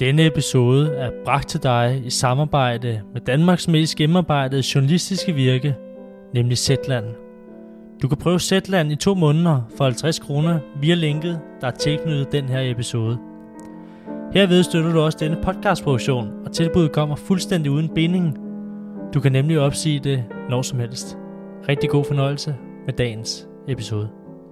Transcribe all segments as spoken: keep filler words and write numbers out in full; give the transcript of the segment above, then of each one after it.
Denne episode er bragt til dig i samarbejde med Danmarks mest gennemarbejdede journalistiske virke, nemlig Zetland. Du kan prøve Zetland i to måneder for halvtreds kroner via linket, der er tilknyttet den her episode. Herved støtter du også denne podcastproduktion, og tilbuddet kommer fuldstændig uden binding. Du kan nemlig opsige det når som helst. Rigtig god fornøjelse med dagens episode.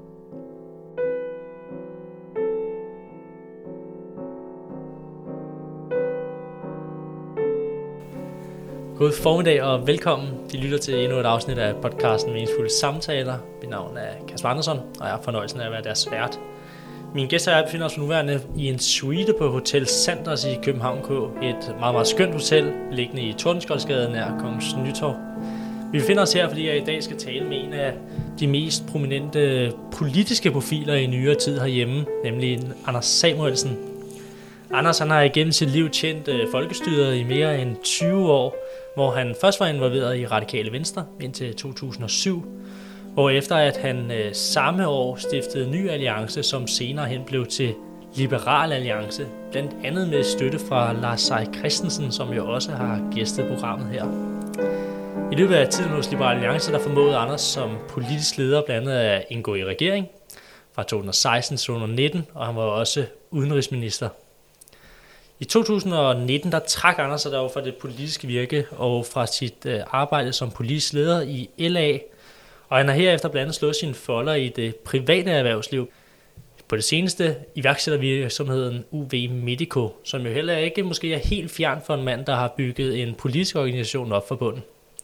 God formiddag og velkommen. De lytter til endnu et afsnit af podcasten Meningsfulde Samtaler. Mit navn er Kasper Andersson, og jeg har fornøjelsen af at være deres vært. Mine gæster og jeg befinder os for nuværende i en suite på Hotel Sanders i København K. Et meget, meget skønt hotel, liggende i Tordenskoldsgade nær Kongens Nytorv. Vi befinder os her, fordi jeg i dag skal tale med en af de mest prominente politiske profiler i nyere tid herhjemme, nemlig Anders Samuelsen. Anders han har igennem sit liv tjent folkestyret i mere end tyve år, hvor han først var involveret i Radikale Venstre indtil to tusind og syv, hvor efter at han øh, samme år stiftede Ny Alliance, som senere hen blev til Liberal Alliance, blandt andet med støtte fra Lars Seier Christensen, som jo også har gæstet programmet her. I løbet af tiden hos Liberal Alliance, der formåede Anders som politisk leder blandt andet at indgå i regering fra to tusind og seksten til to tusind og nitten, og han var også udenrigsminister. I to tusind og nitten der trak Anders sig dog fra det politiske virke og fra sit øh, arbejde som politisk leder i L A, og han har herefter blandt andet slået sine folder i det private erhvervsliv. På det seneste iværksættervirksomheden U V Medico, som jo heller ikke måske er helt fjern for en mand, der har bygget en politisk organisation op for bunden.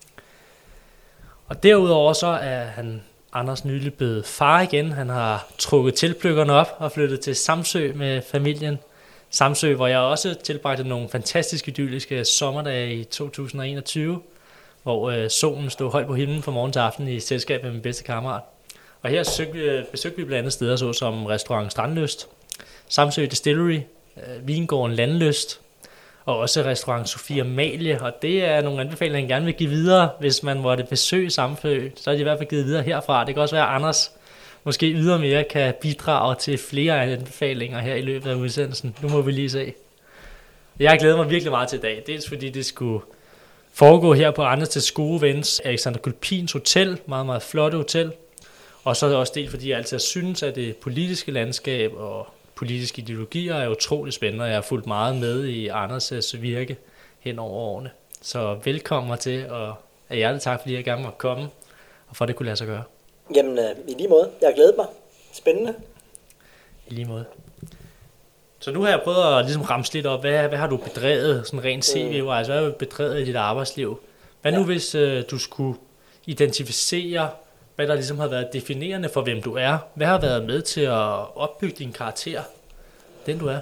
Og derudover så er han Anders nylig blevet far igen. Han har trukket tilplykkerne op og flyttet til Samsø med familien. Samsø, hvor jeg også tilbragte nogle fantastiske idylliske sommerdage i to tusind og enogtyve, hvor øh, solen stod højt på himlen fra morgen til aften i selskab med min bedste kammerat. Og her besøgte, besøgte vi blandt andet steder såsom restaurant Strandlyst, Samsø Distillery, øh, Vingården Landlyst og også restaurant Sofie Amalie. Og det er nogle anbefalinger, jeg gerne vil give videre, hvis man måtte besøge Samsø. Så er de i hvert fald givet videre herfra. Det kan også være, at Anders måske ydermere kan bidrage til flere anbefalinger her i løbet af udsendelsen. Nu må vi lige se. Jeg glæder mig virkelig meget til i dag. Dels fordi det skulle foregå her på Anders til gode vens Alexander Kulpins hotel. Meget, meget flot hotel. Og så er det også dels fordi jeg altid synes, at det politiske landskab og politiske ideologier er utrolig spændende. Og jeg har fulgt meget med i Anders' virke hen over årene. Så velkommen til, og af hjertet tak, fordi jeg gerne måtte komme, og for at det kunne lade sig gøre. Jamen, øh, i lige måde. Jeg har glædet mig. Spændende. I lige måde. Så nu har jeg prøvet at ligesom ramse lidt op. Hvad, hvad har du bedrevet, sådan rent C V? Mm. Altså, hvad har du bedrevet i dit arbejdsliv? Hvad nu, ja. hvis øh, du skulle identificere, hvad der ligesom har været definerende for, hvem du er? Hvad har været med til at opbygge din karakter, den du er?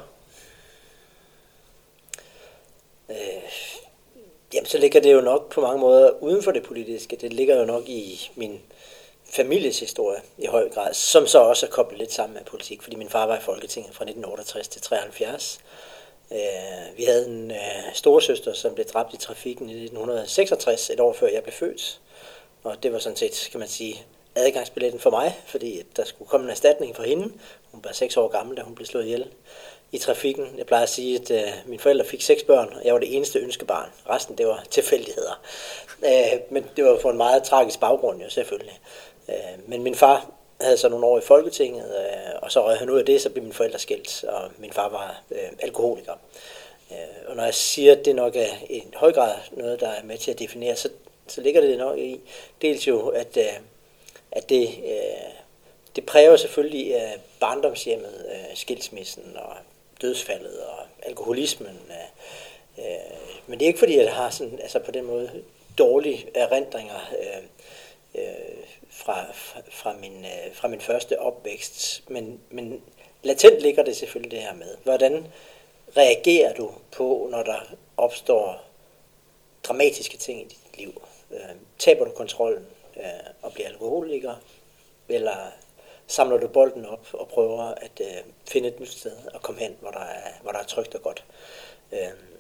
Øh, jamen, så ligger det jo nok på mange måder uden for det politiske. Det ligger jo nok i min families historie i høj grad, som så også er koblet lidt sammen med politik, fordi min far var i Folketinget fra nitten otteogtres til treoghalvfjerds. Øh, vi havde en øh, storesøster, som blev dræbt i trafikken i nitten seksogtres, et år før jeg blev født. Og det var sådan set, kan man sige, adgangsbilletten for mig, fordi der skulle komme en erstatning for hende. Hun var seks år gammel, da hun blev slået ihjel i trafikken. Jeg plejer at sige, at øh, mine forældre fik seks børn, og jeg var det eneste ønskebarn. Resten, det var tilfældigheder. Øh, men det var for en meget tragisk baggrund jo, selvfølgelig. Øh, men min far havde så nogle år i Folketinget, øh, og så røg han ud af det, så blev mine forældre skilt, og min far var øh, alkoholiker. Øh, og når jeg siger, at det nok er i høj grad noget, der er med til at definere, så, så ligger det nok i dels jo, at, øh, at det, øh, det præger selvfølgelig øh, barndomshjemmet, øh, skilsmissen og dødsfaldet og alkoholismen. Øh, øh, men det er ikke fordi, jeg har sådan, altså på den måde dårlige erindringer øh, øh, fra, fra, min, øh, fra min første opvækst. Men, men latent ligger det selvfølgelig det her med. Hvordan reagerer du på, når der opstår dramatiske ting i dit liv? Øh, taber du kontrollen øh, og bliver alkoholiker? Eller samler du bolden op og prøver at øh, finde et nyt sted og komme hen, hvor der er, hvor der er trygt og godt? Øh,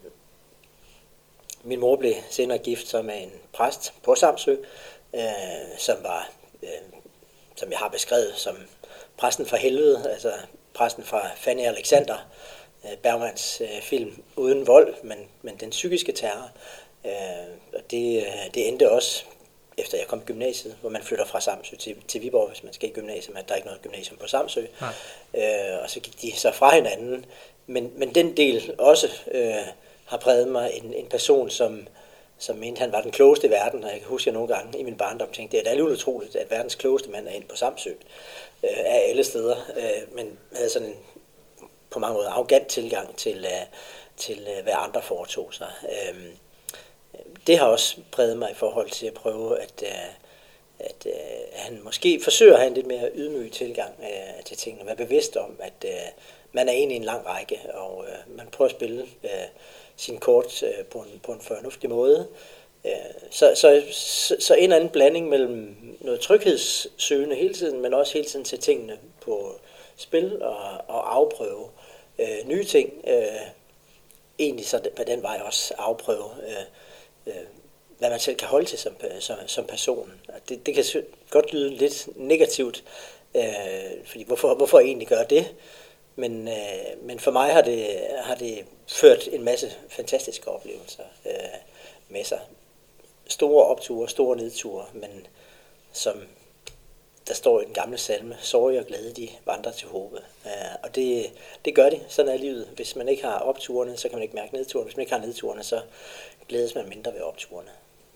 min mor blev senere gift så med en præst på Samsø, øh, som var, øh, som jeg har beskrevet som præsten fra helvede, altså præsten fra Fanny Alexander, øh, Bergmans øh, film uden vold, men, men den psykiske terror. Øh, og det, det endte også, efter jeg kom i gymnasiet, hvor man flytter fra Samsø til, til Viborg, hvis man skal i gymnasiet, men der er ikke noget gymnasium på Samsø. Øh, og så gik de så fra hinanden. Men, men den del også øh, har præget mig en, en person, som, som mente, han var den klogeste i verden. Og jeg kan huske, at jeg nogle gange i min barndom tænkte, det er alligevel utroligt, at verdens klogeste mand er inde på Samsø øh, af alle steder. Øh, men havde sådan en på mange måder arrogant tilgang til, uh, til uh, hvad andre foretog sig. Uh, det har også præget mig i forhold til at prøve, at, uh, at uh, han måske forsøger at have en lidt mere ydmyg tilgang uh, til tingene, være bevidst om, at uh, man er inde i en lang række, og uh, man prøver at spille uh, sin kort uh, på, en, på en fornuftig måde. Uh, så, så, så, så en eller anden blanding mellem noget tryghedssøgende hele tiden, men også hele tiden til tingene på spil og, og afprøve øh, nye ting. Øh, egentlig så på den vej også afprøve, øh, øh, hvad man selv kan holde til som, som, som person. Det, det kan godt lyde lidt negativt, øh, fordi hvorfor, hvorfor egentlig gøre det? Men, øh, men for mig har det, har det ført en masse fantastiske oplevelser øh, med sig. Store opture, store nedture, men som der står i den gamle salme, sorg og glæde, de vandrer til håbet. Uh, og det, det gør de, sådan er livet. Hvis man ikke har opturene, så kan man ikke mærke nedturene. Hvis man ikke har nedturene, så glædes man mindre ved opturene.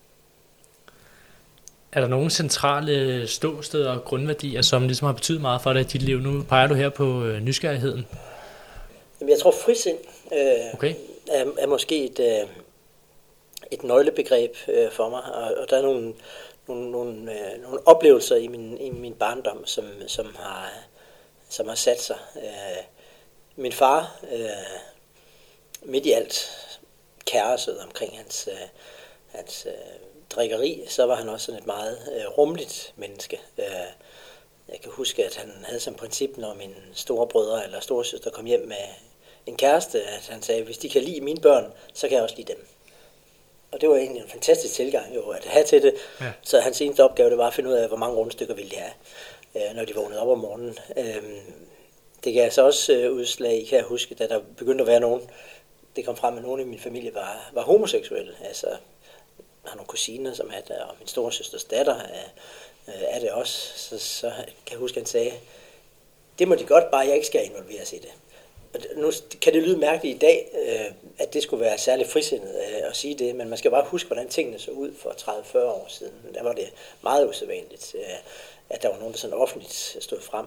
Er der nogle centrale ståsteder og grundværdier, som ligesom har betydet meget for dig i dit liv? Nu peger du her på øh, nysgerrigheden. Jamen, jeg tror, frisind øh, okay. er, er måske et, øh, et nøglebegreb øh, for mig. Og, og der er nogle Nogle, nogle, øh, nogle oplevelser i min, i min barndom, som, som, har, som har sat sig. Øh, min far, øh, midt i alt kaoset omkring hans, øh, hans øh, drikkeri, så var han også sådan et meget øh, rummeligt menneske. Øh, jeg kan huske, at han havde som princip, når mine store brødre eller storesøster kom hjem med en kæreste, at han sagde, hvis de kan lide mine børn, så kan jeg også lide dem. Og det var egentlig en fantastisk tilgang jo, at have til det. Ja. Så hans eneste opgave, det var at finde ud af, hvor mange rundstykker ville de have, øh, når de vågnede op om morgenen. Øh, det gav så også øh, udslag i, kan jeg huske, da der begyndte at være nogen, det kom frem, at nogen i min familie var, var homoseksuelle. Altså, jeg har nogle kusiner, som er der, og min storesøsters datter er, øh, er det også. Så, så kan jeg huske, at han sagde, det må de godt, bare jeg ikke skal involveres i det. Nu kan det lyde mærkeligt i dag, at det skulle være særligt frisindet at sige det, men man skal bare huske, hvordan tingene så ud for tredive til fyrre år siden. Der var det meget usædvanligt, at der var nogen, der sådan offentligt stod frem.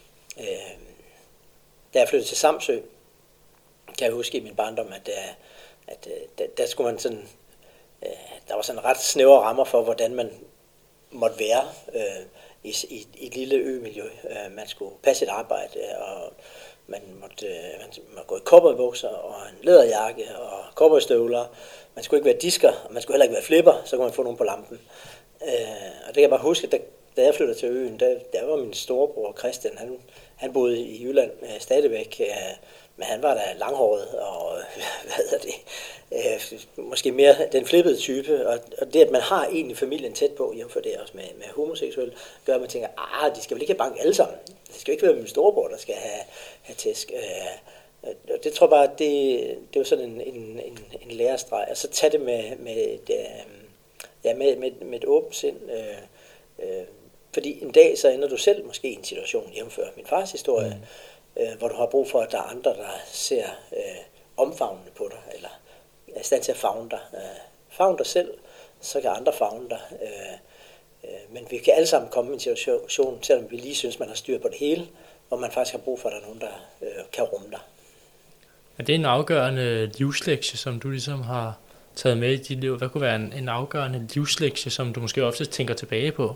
Da jeg flyttede til Samsø, kan jeg huske i min barndom, at, at der, der skulle man sådan, der var sådan ret snævre rammer for, hvordan man måtte være i, i, i et lille ømiljø. Man skulle passe et arbejde, og Man måtte, man måtte gå i cowboybukser og en læderjakke og cowboystøvler. Man skulle ikke være disker, og man skulle heller ikke være flipper, så kunne man få nogen på lampen. Øh, og det kan jeg bare huske, da, da jeg flyttede til øen, der, der var min storebror Christian, han, han boede i Jylland øh, stadigvæk, øh, men han var da langhåret og hvad hedder det, øh, måske mere den flippede type. Og, og det, at man har en i familien tæt på, jævnfør det også med, med homoseksuelle, gør, at man tænker, ah, de skal vel ikke have bank alle sammen. Det skal jo ikke være min storebror, der skal have, have tæsk. Øh, og det tror jeg bare, det, det var sådan en, en, en, en lærestreg. Og så tage det med, med, et, øh, ja, med, med, med et åbent sind. Øh, øh, fordi en dag, så ender du selv måske i en situation, jævnfør min fars historie, mm. øh, hvor du har brug for, at der er andre, der ser øh, omfavnende på dig, eller er i stand til at favne dig. Øh, favne dig selv, så kan andre favne dig. Øh, øh, men vi kan alle sammen komme i en situation, selvom vi lige synes, man har styr på det hele, hvor man faktisk har brug for, at der er nogen, der øh, kan rumme dig. Er det en afgørende livslektie, som du ligesom har taget med i dit liv? Hvad kunne være en, en afgørende livslektie, som du måske ofte tænker tilbage på?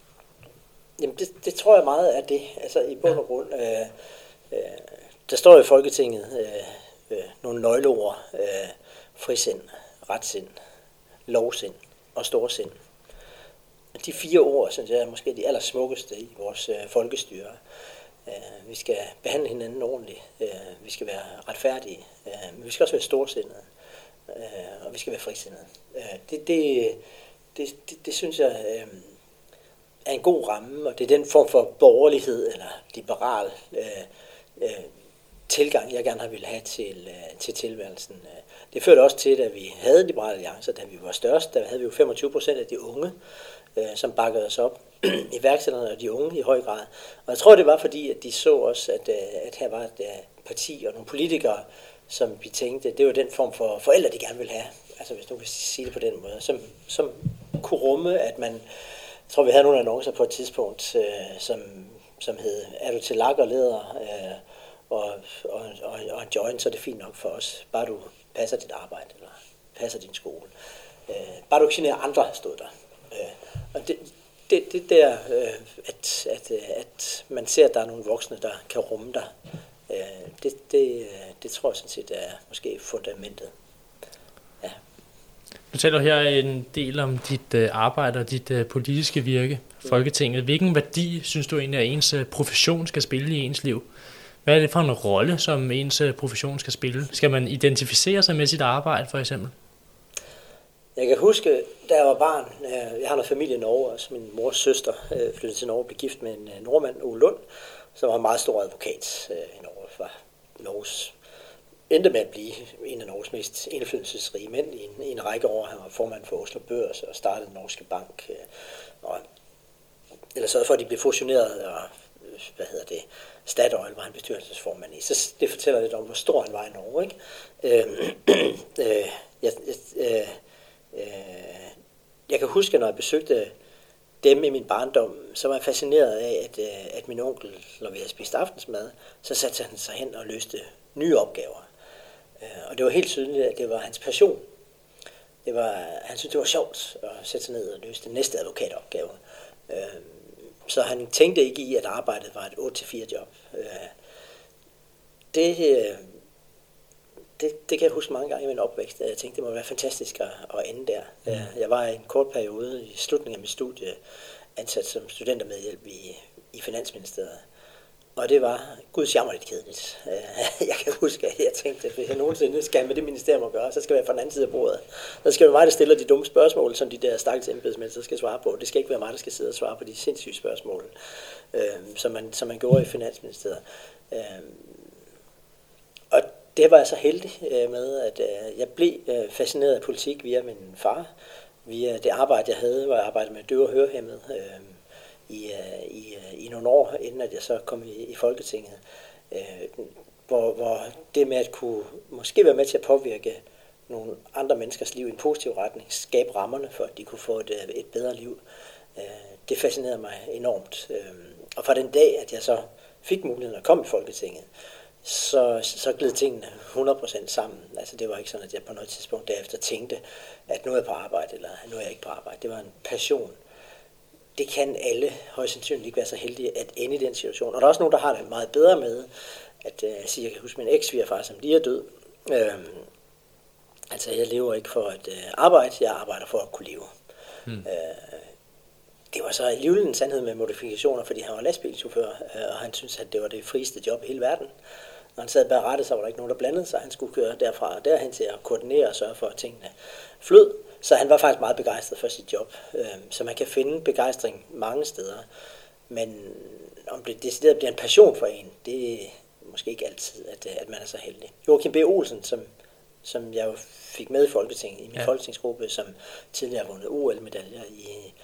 Jamen, det, det tror jeg meget er det. Altså i bund og grund. Øh, øh, der står i Folketinget øh, øh, nogle nøgleord. Øh, frisind, retsind, lovsind og storsind. De fire ord, synes jeg, er måske de allersmukkeste i vores øh, folkestyre. Uh, vi skal behandle hinanden ordentligt, uh, vi skal være retfærdige, uh, men vi skal også være storsindede, uh, og vi skal være frisindede. Uh, det, det, det, det, det synes jeg uh, er en god ramme, og det er den form for borgerlighed eller liberal uh, uh, tilgang, jeg gerne har ville have til, øh, til tilværelsen. Det førte også til, at vi havde Liberale Alliancer, da vi var størst, der havde vi jo femogtyve procent af de unge, øh, som bakkede os op, iværksætterne og de unge i høj grad. Og jeg tror, det var fordi, at de så også, at, at her var et parti og nogle politikere, som vi tænkte, det var den form for forældre, de gerne ville have. Altså hvis du kan sige det på den måde, som, som kunne rumme, at man, jeg tror, vi havde nogle annoncer på et tidspunkt, øh, som, som hed, er du til lak og leder, øh, og, og, og, og en joint, så er det fint nok for os. Bare du passer dit arbejde, eller passer din skole. Øh, bare du ikke generer andre, stod der. Øh, og det, det, det der, øh, at, at, at man ser, at der er nogle voksne, der kan rumme dig, øh, det, det, det tror jeg sådan set er måske fundamentet. Ja. Du taler her en del om dit øh, arbejde og dit øh, politiske virke, Folketinget. Hvilken værdi synes du egentlig, at ens øh, profession skal spille i ens liv? Hvad er det for en rolle, som ens profession skal spille? Skal man identificere sig med sit arbejde, for eksempel? Jeg kan huske, da jeg var barn, jeg har noget familie i Norge, også min mors søster flyttede til Norge og blev gift med en nordmand, Ole Lund, som var en meget stor advokat i Norge, var Norges, endte med at blive en af Norges mest indflydelsesrige mænd i en, i en række år. Han var formand for Oslo Børs og startede den norske bank, og, eller sørgede for, at de blev fusioneret, og hvad hedder det, Statoil var han bestyrelsesformand i. Så det fortæller lidt om, hvor stor han var i Norge, ikke? Øh, øh, jeg, øh, øh, jeg kan huske, når jeg besøgte dem i min barndom, så var jeg fascineret af, at, at min onkel, når vi havde spist aftensmad, så satte han sig hen og løste nye opgaver. Og det var helt tydeligt, at det var hans passion. Det var, han syntes, det var sjovt at sætte sig ned og løse den næste advokatopgave. Så han tænkte ikke i, at arbejdet var et otte til fire job. Det, det, det kan jeg huske mange gange i min opvækst. Jeg tænkte, det må være fantastisk at, at ende der. Mm. Jeg var i en kort periode i slutningen af mit studie ansat som studentermedhjælp i, i Finansministeriet. Og det var gudsjammerligt kedeligt. Jeg kan huske, at jeg tænkte, at hvis jeg nogensinde skal med det ministerium at gøre, så skal jeg være fra den anden side af bordet. Så skal det være mig, der stiller de dumme spørgsmål, som de der stakkels embedsmænd så skal svare på. Det skal ikke være mig, der skal sidde og svare på de sindssyge spørgsmål, som man, som man gjorde i Finansministeriet. Og det var jeg så heldig med, at jeg blev fascineret af politik via min far. Via det arbejde, jeg havde, hvor jeg arbejdede med døve og hørehæmmede, I, i, i nogle år, inden at jeg så kom i, i Folketinget, øh, hvor, hvor det med at kunne måske være med til at påvirke nogle andre menneskers liv i en positiv retning, skabe rammerne for, at de kunne få et, et bedre liv, øh, det fascinerede mig enormt. Øh, og fra den dag, at jeg så fik muligheden at komme i Folketinget, så, så gled tingene hundrede procent sammen. Altså det var ikke sådan, at jeg på noget tidspunkt derefter tænkte, at nu er jeg på arbejde, eller nu er jeg ikke på arbejde. Det var en passion. Det kan alle højst sandsynligt ikke være så heldige at ende i den situation. Og der er også nogen, der har det meget bedre med, at uh, sige, jeg kan huske min eks-svigerfar, som lige er død. Øhm, altså, jeg lever ikke for at uh, arbejde, jeg arbejder for at kunne leve. Hmm. Øh, det var så alligevel en sandhed med modifikationer, fordi han var lastbilchauffør, øh, og han syntes, at det var det frieste job i hele verden. Når han sad bag rattet, så var der ikke nogen, der blandede sig. Han skulle køre derfra og derhen til at koordinere og sørge for, at tingene flød. Så han var faktisk meget begejstret for sit job. Så man kan finde begejstring mange steder. Men om det decideret bliver en passion for en, det er måske ikke altid, at, at man er så heldig. Joachim B. Olsen, som, som jeg jo fik med i Folketinget, i min ja. folketingsgruppe, som tidligere har vundet O L-medaljer i,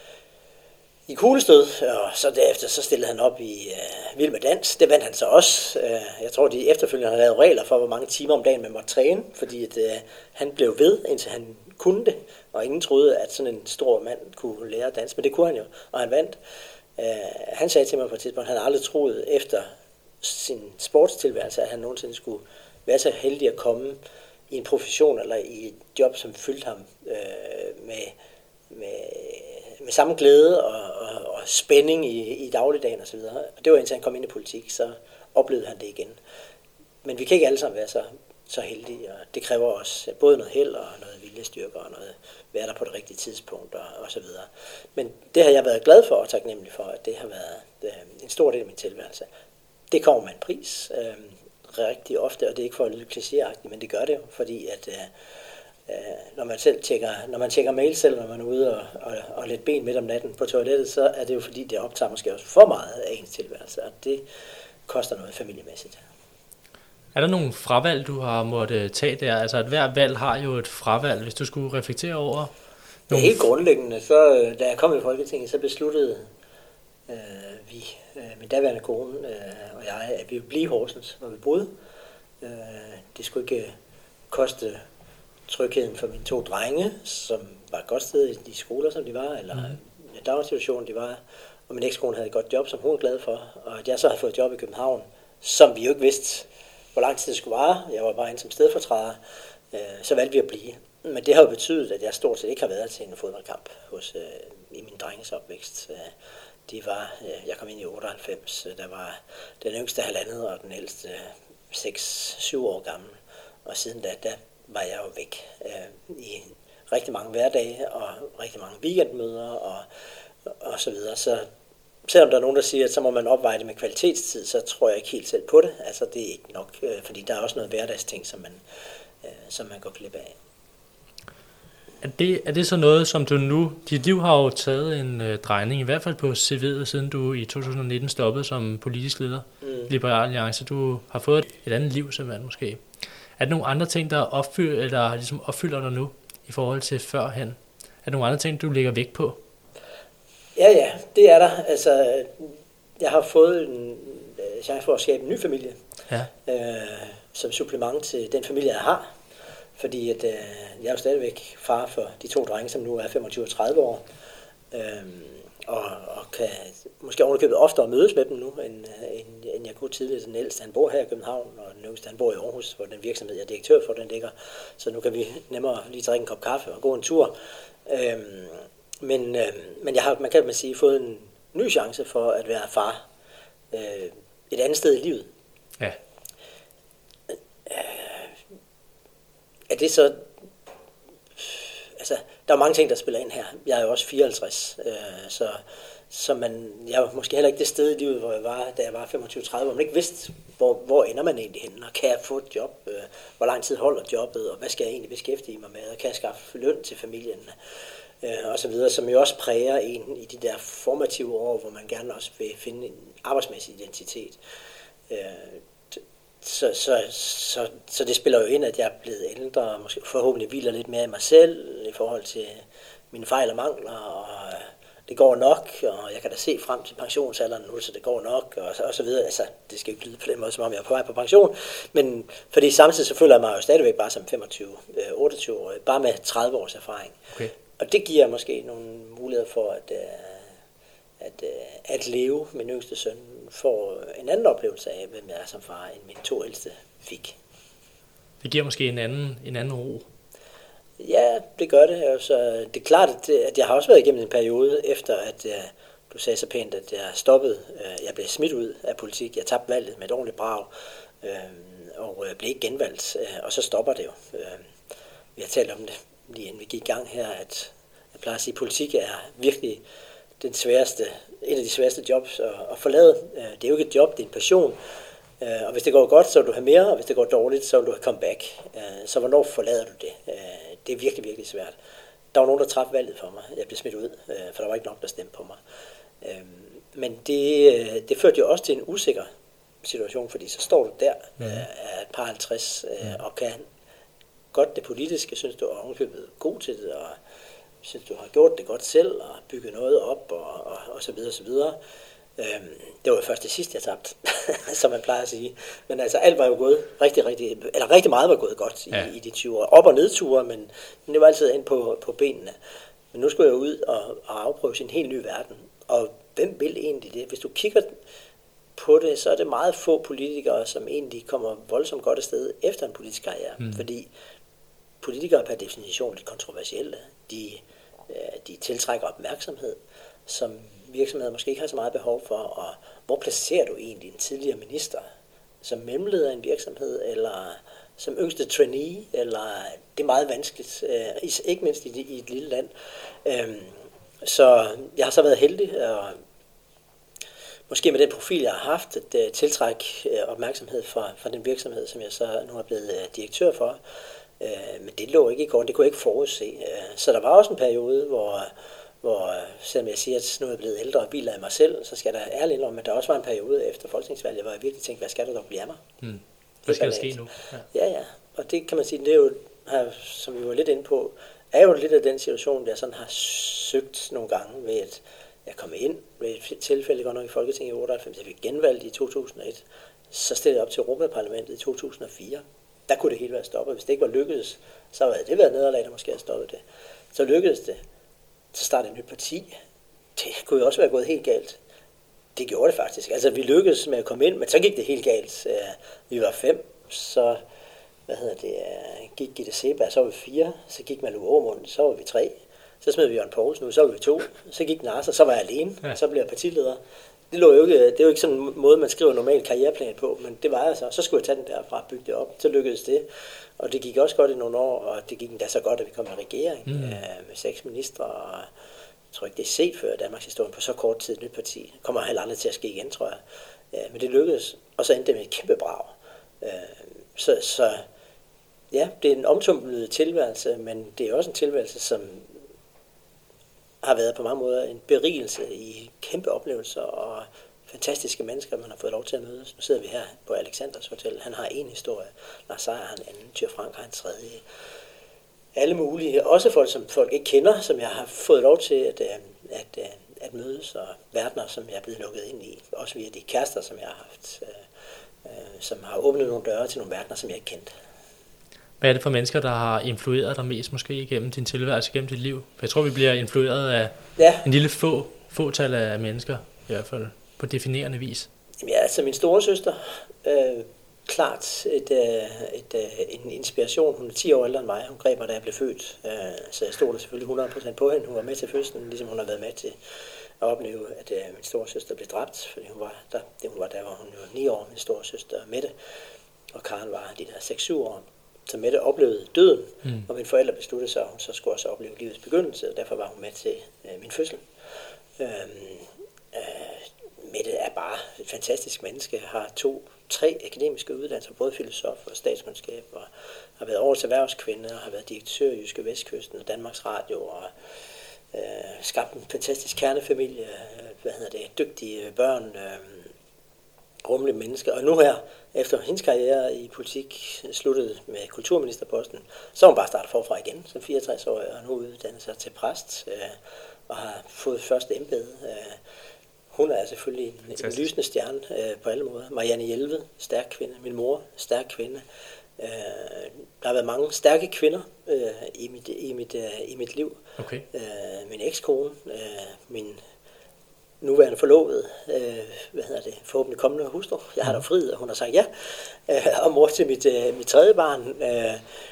i kuglestød, og så derefter så stillede han op i uh, Vild med Dans. Det vandt han så også. Uh, jeg tror, de efterfølgende har lavet regler for, hvor mange timer om dagen man måtte træne, fordi at, uh, han blev ved, indtil han kunne det, og ingen troede, at sådan en stor mand kunne lære at danse, men det kunne han jo, og han vandt. Uh, han sagde til mig på et tidspunkt, at han aldrig troede efter sin sportstilværelse, at han nogensinde skulle være så heldig at komme i en profession eller i et job, som fyldte ham uh, med, med, med samme glæde og, og, og spænding i, i dagligdagen osv. Og det var indtil han kom ind i politik, så oplevede han det igen. Men vi kan ikke alle sammen være så så heldige, og det kræver også både noget held og noget viljestyrke og noget være der på det rigtige tidspunkt og, og så videre. Men det har jeg været glad for og taknemmelig for, at det har været øh, en stor del af min tilværelse. Det kommer med en pris øh, rigtig ofte, og det er ikke for at lyde klichéagtigt, men det gør det jo, fordi at øh, når man selv tjekker, når man tjekker mail selv, når man er ude og, og, og lidt ben midt om natten på toilettet, så er det jo fordi, det optager måske også for meget af ens tilværelse, og det koster noget familiemæssigt. Er der nogle fravalg, du har måttet tage der? Altså, at hver valg har jo et fravalg, hvis du skulle reflektere over nogle... Ja, helt grundlæggende. Så, da jeg kom i Folketinget, så besluttede øh, vi, øh, min daværende kone øh, og jeg, at vi ville blive i Horsens, hvor vi boede. Øh, det skulle ikke koste trygheden for mine to drenge, som var et godt sted i de skoler, som de var, eller mm. daginstitutionen, de var. Og min ekskone havde et godt job, som hun var glad for. Og at jeg så havde fået et job i København, som vi jo ikke vidste, hvor lang tid det skulle vare. Jeg var bare inde som stedfortræder. Øh, så valgte vi at blive. Men det har jo betydet, at jeg stort set ikke har været til en fodboldkamp hos, øh, i min drenges opvækst. Øh, de var, øh, jeg kom ind i otteoghalvfems, der var den yngste halvandet og den ældste seks syv år gammel. Og siden da, der var jeg jo væk øh, i rigtig mange hverdage og rigtig mange weekendmøder og, og så videre. Så selvom der er nogen, der siger, at så må man opveje det med kvalitetstid, så tror jeg ikke helt selv på det. Altså det er ikke nok, øh, fordi der er også noget hverdagsting, som man, øh, som man går glip af. Er det, er det så noget, som du nu... Dit liv har jo taget en øh, drejning, i hvert fald på C V'et, siden du i to tusind nitten stoppede som politisk leder mm. Liberal Alliance. Du har fået et, et andet liv, simpelthen måske. Er der nogle andre ting, der opfylder, eller ligesom opfylder dig nu, i forhold til førhen? Er der nogle andre ting, du lægger vægt på? Ja, ja, det er der. Altså, jeg har fået en chance for at skabe en ny familie, ja. øh, som supplement til den familie, jeg har. Fordi at, øh, jeg er jo stadigvæk far for de to drenge, som nu er femogtyve og tredive år. Øh, og, og kan måske ovenikøbet oftere mødes med dem nu, end, end, end jeg kunne tidligere. Den ældste, han bor her i København, og den yngste, han bor i Aarhus, hvor den virksomhed, jeg er direktør for, den ligger. Så nu kan vi nemmere lige drikke en kop kaffe og gå en tur. Øh, men, øh, men jeg har, man kan man sige, fået en ny chance for at være far øh, et andet sted i livet. Ja. Er det så... Altså, der er mange ting, der spiller ind her. Jeg er jo også fireoghalvtreds, øh, så, så man, jeg er måske heller ikke det sted i livet, hvor jeg var, da jeg var femogtyve tredive, hvor man ikke vidste, hvor, hvor ender man egentlig henne, og kan jeg få et job, øh, hvor lang tid holder jobbet, og hvad skal jeg egentlig beskæftige mig med, og kan jeg skaffe løn til familien, øh, og så videre, som jo også præger en i de der formative år, hvor man gerne også vil finde en arbejdsmæssig identitet. Øh, Så, så, så, så det spiller jo ind, at jeg er blevet ældre, og måske forhåbentlig hviler lidt mere i mig selv i forhold til mine fejl og mangler, og det går nok, og jeg kan da se frem til pensionsalderen nu, så det går nok, og, og så videre. Altså, det skal jo ikke lyde på den måde, som om jeg er på vej på pension, men fordi samtidig så føler jeg mig jo stadigvæk bare som femogtyve otteogtyve år, bare med tredive års erfaring. Okay. Og det giver måske nogle muligheder for, at, at, at leve. Min yngste søn får en anden oplevelse af, hvem jeg er som far, end mine to ældste fik. Det giver måske en anden, en anden ro. Ja, det gør det. Altså, det er klart, at jeg har også været igennem en periode, efter at jeg, du sagde så pænt, at jeg stoppede. Jeg blev smidt ud af politik. Jeg tabte valget med et ordentligt brag, og blev ikke genvalgt, og så stopper det jo. Vi har talt om det lige inden vi gik i gang her, at jeg plejer at sige, at politik er virkelig den sværeste, et af de sværeste jobs at, at forlade. Det er jo ikke et job, det er en passion. Og hvis det går godt, så vil du have mere, og hvis det går dårligt, så vil du have comeback. Så hvornår forlader du det? Det er virkelig, virkelig svært. Der var nogen, der træffede valget for mig. Jeg blev smidt ud, for der var ikke nok, der stemte på mig. Men det, det førte jo også til en usikker situation, fordi så står du der, ja. er et par halvtreds, ja. og kan godt det politiske, synes du er ovenkøbet god til det, og synes du har gjort det godt selv, og bygget noget op, og, og, og så videre, og så videre. Øhm, det var jo først det sidste, jeg tabte, som man plejer at sige. Men altså, alt var jo gået rigtig, rigtig, eller rigtig meget var gået godt i, ja. i de tyve år. Op- og nedture, men, men det var altid ind på, på benene. Men nu skulle jeg ud og, og afprøve sin helt nye verden. Og hvem vil egentlig det? Hvis du kigger på det, så er det meget få politikere, som egentlig kommer voldsomt godt afsted efter en politisk karriere. Mm. Fordi politikere er per definition lidt kontroversielle. De, de tiltrækker opmærksomhed, som virksomheder måske ikke har så meget behov for, og hvor placerer du egentlig en tidligere minister som mellemleder af en virksomhed, eller som yngste trainee, eller det er meget vanskeligt, ikke mindst i et lille land. Så jeg har så været heldig, og måske med den profil, jeg har haft, at tiltrække opmærksomhed fra, fra den virksomhed, som jeg så nu er blevet direktør for. Men det lå ikke i går, det kunne jeg ikke forudse. Så der var også en periode, hvor hvor selvom jeg siger, at nu er jeg blevet ældre og hviler af mig selv, så skal der ærligt indrømme, at der også var en periode efter folketingsvalget, hvor jeg virkelig tænkte, hvad skal der dog blive af mig? Mm. Hvad skal der ske nu? Ja. ja, ja. Og det kan man sige, det er jo, her, som vi var lidt inde på, er jo lidt af den situation, der sådan har søgt nogle gange ved, at jeg kom ind ved et tilfælde godt nok i Folketinget i otteoghalvfems, jeg fik genvalgt i to tusind og et, så stillede jeg op til Europaparlamentet i to tusind og fire. Der kunne det hele være stoppet. Hvis det ikke var lykkedes, så havde det været nederlag, der måske havde stoppet det. Så lykkedes det. Så startede et nyt parti. Det kunne jo også være gået helt galt. Det gjorde det faktisk. Altså, vi lykkedes med at komme ind, men så gik det helt galt. Vi var fem, så hvad hedder det, gik Gitte Seeberg, så var vi fire, så gik Malou Aamund, så var vi tre, så smed vi Jørgen Poulsen ud, så var vi to, så gik Nasser, så var jeg alene, ja. Så blev jeg partileder. Det, lå jo ikke, det er jo ikke sådan en måde, man skriver normal karriereplan på, men det var jeg så. Så skulle jeg tage den derfra og bygge det op. Så lykkedes det. Og det gik også godt i nogle år, og det gik endda så godt, at vi kom i regering mm. øh, med seks ministre. Og jeg tror ikke, det er set før Danmarks historie på så kort tid et nyt parti. Det kommer heller aldrig til at ske igen, tror jeg. Øh, men det lykkedes. Og så endte det med et kæmpe brag. Øh, så, så ja, det er en omtumlet tilværelse, men det er også en tilværelse, som har været på mange måder en berigelse i kæmpe oplevelser og fantastiske mennesker, man har fået lov til at mødes. Nu sidder vi her på Alexanders Hotel. Han har en historie, Lars Seier har en anden, Thyra Frank har en tredje. Alle mulige, også folk, som folk ikke kender, som jeg har fået lov til at, at, at, at mødes, og verdener, som jeg er blevet lukket ind i. Også via de kærester, som jeg har haft, som har åbnet nogle døre til nogle verdener, som jeg ikke kendte. Hvad er det for mennesker, der har influeret dig mest måske igennem din tilværelse, gennem dit liv? For jeg tror, vi bliver influeret af ja. en lille få, fåtal af mennesker, i hvert fald på definerende vis. Jamen, ja, altså min store søster, øh, klart et, øh, et, øh, en inspiration. Hun er ti år ældre end mig. Hun greb mig, da jeg blev født. Øh, så jeg stod der selvfølgelig hundrede procent på hende. Hun var med til fødslen, ligesom hun har været med til at opleve, at øh, min store søster blev dræbt. Fordi hun var der, det hun var der, var hun var ni år, min store søster Mette. Og Karen var de der seks syv år. Så Mette oplevede døden, mm. og mine forældre besluttede sig, at hun så skulle også opleve livets begyndelse, og derfor var hun med til øh, min fødsel. Øhm, øh, Mette er bare et fantastisk menneske, har to, tre akademiske uddannelser, både filosof og statskundskab, og har været årets erhvervskvinde, og har været direktør i Jyske Vestkysten og Danmarks Radio, og øh, skabt en fantastisk kernefamilie, øh, hvad hedder det, dygtige børn, øh, rummelige mennesker. Og nu her, efter hendes karriere i politik sluttede med kulturministerposten, så har hun bare startet forfra igen som fireogtres-årig, og nu uddannet sig til præst, øh, og har fået første embede. Øh, hun er selvfølgelig en, en lysende stjerne øh, på alle måder. Marianne Jelved, stærk kvinde. Min mor, stærk kvinde. Øh, der har været mange stærke kvinder øh, i, mit, i, mit, øh, i mit liv. Okay. Øh, min ekskone, øh, min nuværende forlovede, øh, hvad hedder det, forhåbentlig kommende hustru. Jeg har da friet, og hun har sagt ja. Øh, og mor til mit, øh, mit tredje barn. Øh,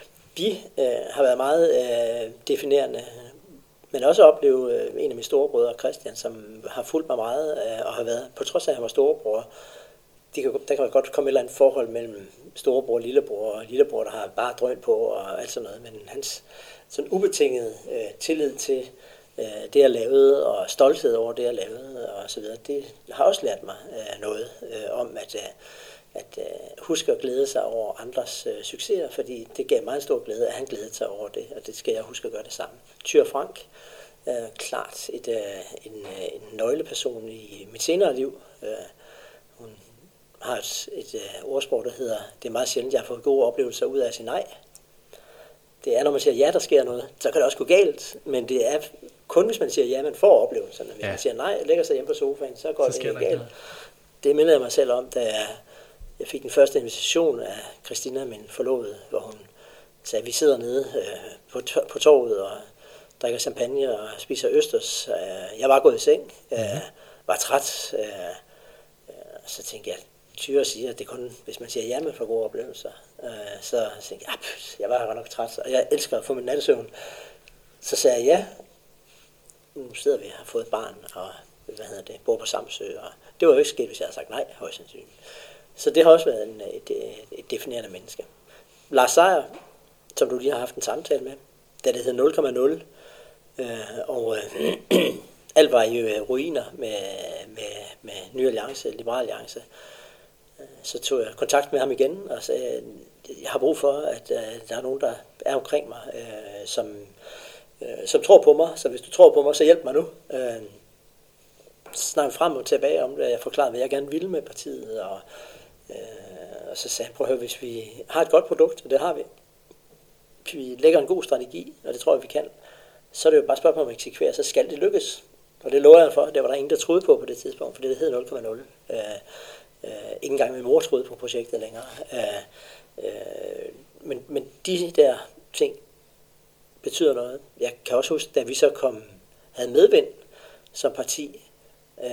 de øh, har været meget øh, definerende, men også opleve øh, en af mine storebrødre, Christian, som har fulgt mig meget, øh, og har været, på trods af at han var storebror, de kan, der kan godt komme et eller andet forhold mellem storebror og lillebror, og lillebror, der har bare drøn på, og alt sådan noget, men hans sådan ubetinget øh, tillid til det jeg lavede, og stolthed over det jeg lavede, og så videre, det har også lært mig uh, noget uh, om at, uh, at uh, huske at glæde sig over andres uh, succeser, fordi det gav mig en stor glæde, at han glædede sig over det, og det skal jeg huske at gøre det samme. Thyra Frank, uh, klart et, uh, en, uh, en nøgleperson i mit senere liv. Uh, hun har et, et uh, ordsprog, der hedder, det er meget sjældent, jeg har fået gode oplevelser ud af at sige nej. Det er, når man siger ja, der sker noget, så kan det også gå galt, men det er kun hvis man siger ja, man får oplevelserne. Hvis ja. man siger nej, lægger sig hjemme på sofaen, så går så det ikke galt. Noget. Det minder jeg mig selv om, da jeg, jeg fik den første invitation af Christina, min forlovede, hvor hun sagde, at vi sidder nede øh, på, på torvet og drikker champagne og spiser østers. Øh, jeg var gået i seng, øh, mm-hmm. var træt, øh, øh, så tænkte jeg, Thyra siger, at det kun, hvis man siger ja, man får gode oplevelser. Øh, så tænkte jeg, ja, jeg var nok træt, og jeg elsker at få min nattesøvn. Så sagde jeg ja. Nu sidder vi og har fået et barn, og hvad hedder det, bor på Samsø, og det var jo ikke sket, hvis jeg havde sagt nej, højst sandsynligt. Så det har også været en, et, et definerende menneske. Lars Seier, som du lige har haft en samtale med, da det hed nul komma nul, øh, og øh, alt var i ruiner med, med, med Ny Alliance, Liberal Alliance, øh, så tog jeg kontakt med ham igen, og sagde, jeg har brug for, at øh, der er nogen, der er omkring mig, øh, som som tror på mig, så hvis du tror på mig, så hjælp mig nu. Øh, så snakker vi frem og tilbage om det, jeg forklarede, hvad jeg gerne ville med partiet, og, øh, og så sagde han, prøv at høre, hvis vi har et godt produkt, og det har vi, vi lægger en god strategi, og det tror jeg, vi kan, så er det jo bare spørgsmål om at eksekvere, så skal det lykkes. Og det lover jeg for, det var der ingen, der troede på på det tidspunkt, for det hed nul komma nul. Øh, øh, ikke engang min mor troede på projektet længere. Øh, øh, men, men de der ting betyder noget. Jeg kan også huske, da vi så kom, havde medvind som parti, øh,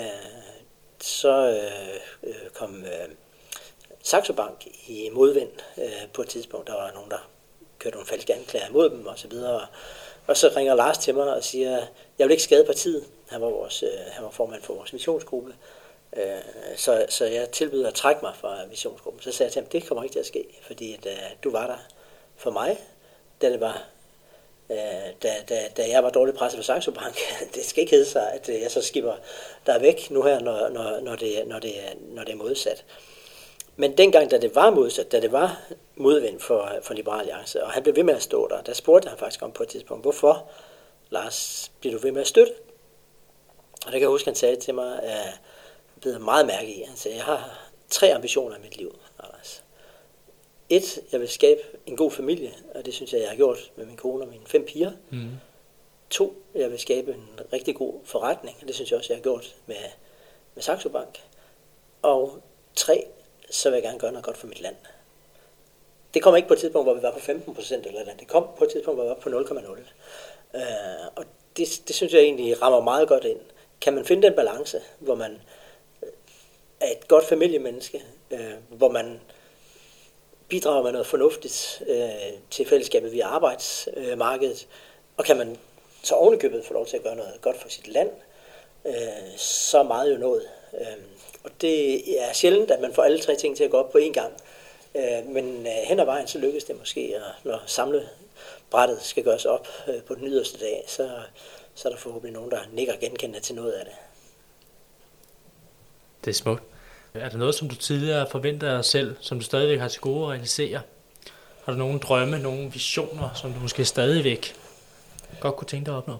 så øh, kom øh, Saxo Bank i modvind øh, på et tidspunkt. Der var nogen, der kørte nogle falske anklager imod dem og så videre. Og så ringer Lars til mig og siger, jeg vil ikke skade partiet. Han var, vores, øh, han var formand for vores missionsgruppe. Øh, så, så jeg tilbyder at trække mig fra missionsgruppen. Så sagde jeg til ham, det kommer ikke til at ske, fordi at, øh, du var der for mig, da det var øh, da, da, da jeg var dårligt presset for Saxo Bank. Det skal ikke hedde sig, at jeg så skipper der væk nu her, når, når, når, det, når, det, når det er modsat. Men dengang, da det var modsat, da det var modvind for, for Liberal Alliance, og han blev ved med at stå der, der spurgte han faktisk om på et tidspunkt, hvorfor, Lars, bliver du ved med at støtte? Og det kan jeg huske, han sagde til mig, at jeg blev meget mærke i. Han sagde, jeg har tre ambitioner i mit liv, Lars. Et, jeg vil skabe en god familie, og det synes jeg, jeg har gjort med min kone og mine fem piger. Mm. To, jeg vil skabe en rigtig god forretning, og det synes jeg også, jeg har gjort med, med Saxo Bank. Og tre, så vil jeg gerne gøre noget godt for mit land. Det kom ikke på et tidspunkt, hvor vi var på femten procent eller andet. Det kom på et tidspunkt, hvor vi var på nul komma nul. Uh, og det, det synes jeg egentlig rammer meget godt ind. Kan man finde den balance, hvor man er et godt familiemenneske, uh, hvor man bidrager med noget fornuftigt uh, til fællesskabet via arbejdsmarkedet, og kan man så ovenikøbet få lov til at gøre noget godt for sit land, uh, så meget jo noget. Uh, Og det er sjældent, at man får alle tre ting til at gå op på én gang. Men hen ad vejen, så lykkes det måske, og når samlebrættet skal gøres op på den yderste dag, så, så er der forhåbentlig nogen, der nikker genkendende til noget af det. Det er smukt. Er der noget, som du tidligere forventede dig selv, som du stadigvæk har til gode at realisere? Har du nogle drømme, nogle visioner, som du måske stadigvæk godt kunne tænke dig at opnå?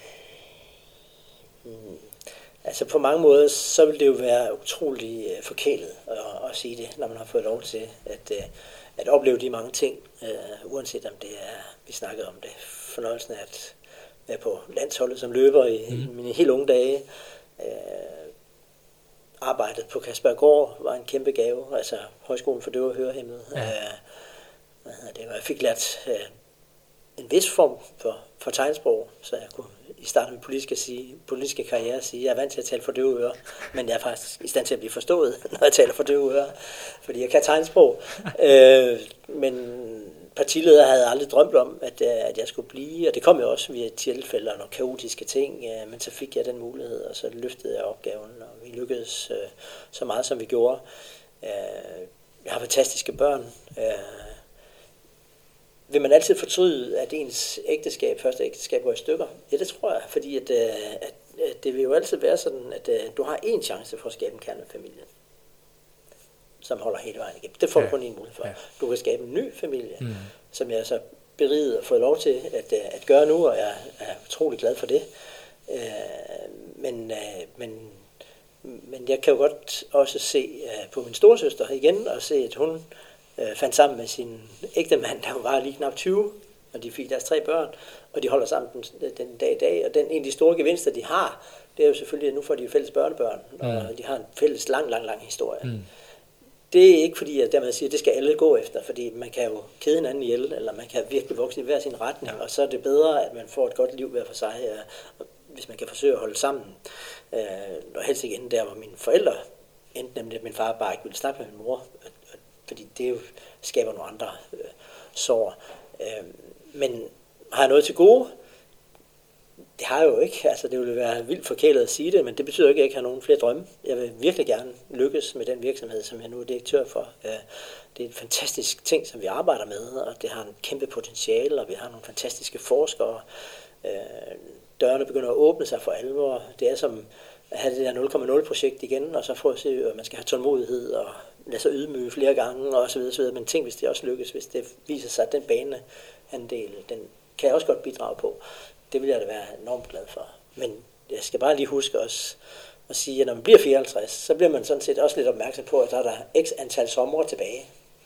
Mm. Altså på mange måder, så vil det jo være utrolig uh, forkælet at, at sige det, når man har fået lov til at, uh, at opleve de mange ting, uh, uanset om det er, vi snakkede om det, fornøjelsen af at være på landsholdet som løber i, mm. i mine helt unge dage. Uh, arbejdet på Kaspergård var en kæmpe gave, altså Højskolen for Døve og Hørehæmmede. Ja. Uh, det var, jeg fik lært uh, en vis form for, for tegnsprog, så jeg kunne i starten af min politiske, sige, politiske karriere sige, at jeg er vant til at tale for døve ører, men jeg er faktisk i stand til at blive forstået, når jeg taler for døve ører, fordi jeg kan tegnsprog. øh, men partiledere havde aldrig drømt om, at, at jeg skulle blive, og det kom jo også via tilfælde og nogle kaotiske ting, øh, men så fik jeg den mulighed, og så løftede jeg opgaven, og vi lykkedes øh, så meget, som vi gjorde. Øh, jeg har fantastiske børn. Øh, Vil man altid fortryde, at ens ægteskab, første ægteskab går i stykker? Ja, det tror jeg, fordi at, at, at det vil jo altid være sådan, at, at du har én chance for at skabe en kernefamilie, som holder hele vejen igennem. Det får du ja. kun en mulighed for. Ja. Du kan skabe en ny familie, mm. som jeg så beriget og fået lov til at, at gøre nu, og jeg er utrolig glad for det. Men, men, men jeg kan jo godt også se på min storesøster igen, og se, at hun fandt sammen med sin ægtemand, der var lige knap tyve, og de fik deres tre børn, og de holder sammen den, den dag i dag. Og den, en af de store gevinster, de har, det er jo selvfølgelig, at nu får de jo fælles børnebørn, mm. og de har en fælles lang, lang, lang historie. Mm. Det er ikke fordi, at dermed siger, at det skal alle gå efter, fordi man kan jo kede hinanden ihjel, eller man kan virkelig vokse i hver sin retning, ja. Og så er det bedre, at man får et godt liv hver for sig, hvis man kan forsøge at holde sammen. Og helst ikke ende der, hvor mine forældre endte, nemlig at min far bare ikke ville snakke med min mor, fordi det jo skaber nogle andre øh, sår. Øh, men har jeg noget til gode? Det har jeg jo ikke. Altså, det ville være vildt forkælet at sige det, men det betyder ikke, at jeg ikke har nogen flere drømme. Jeg vil virkelig gerne lykkes med den virksomhed, som jeg nu er direktør for. Øh, det er en fantastisk ting, som vi arbejder med, og det har en kæmpe potentiale, og vi har nogle fantastiske forskere. Øh, dørene begynder at åbne sig for alvor. Det er som at have det der nul komma nul projekt igen, og så få at se, at man skal have tålmodighed og lade sig ydmyge flere gange, og så videre, så videre. Men tænk, hvis det også lykkes, hvis det viser sig, at den baneandel, den kan jeg også godt bidrage på. Det vil jeg da være enormt glad for. Men jeg skal bare lige huske også at sige, at når man bliver fireoghalvtreds, så bliver man sådan set også lidt opmærksom på, at der er der x antal somre tilbage.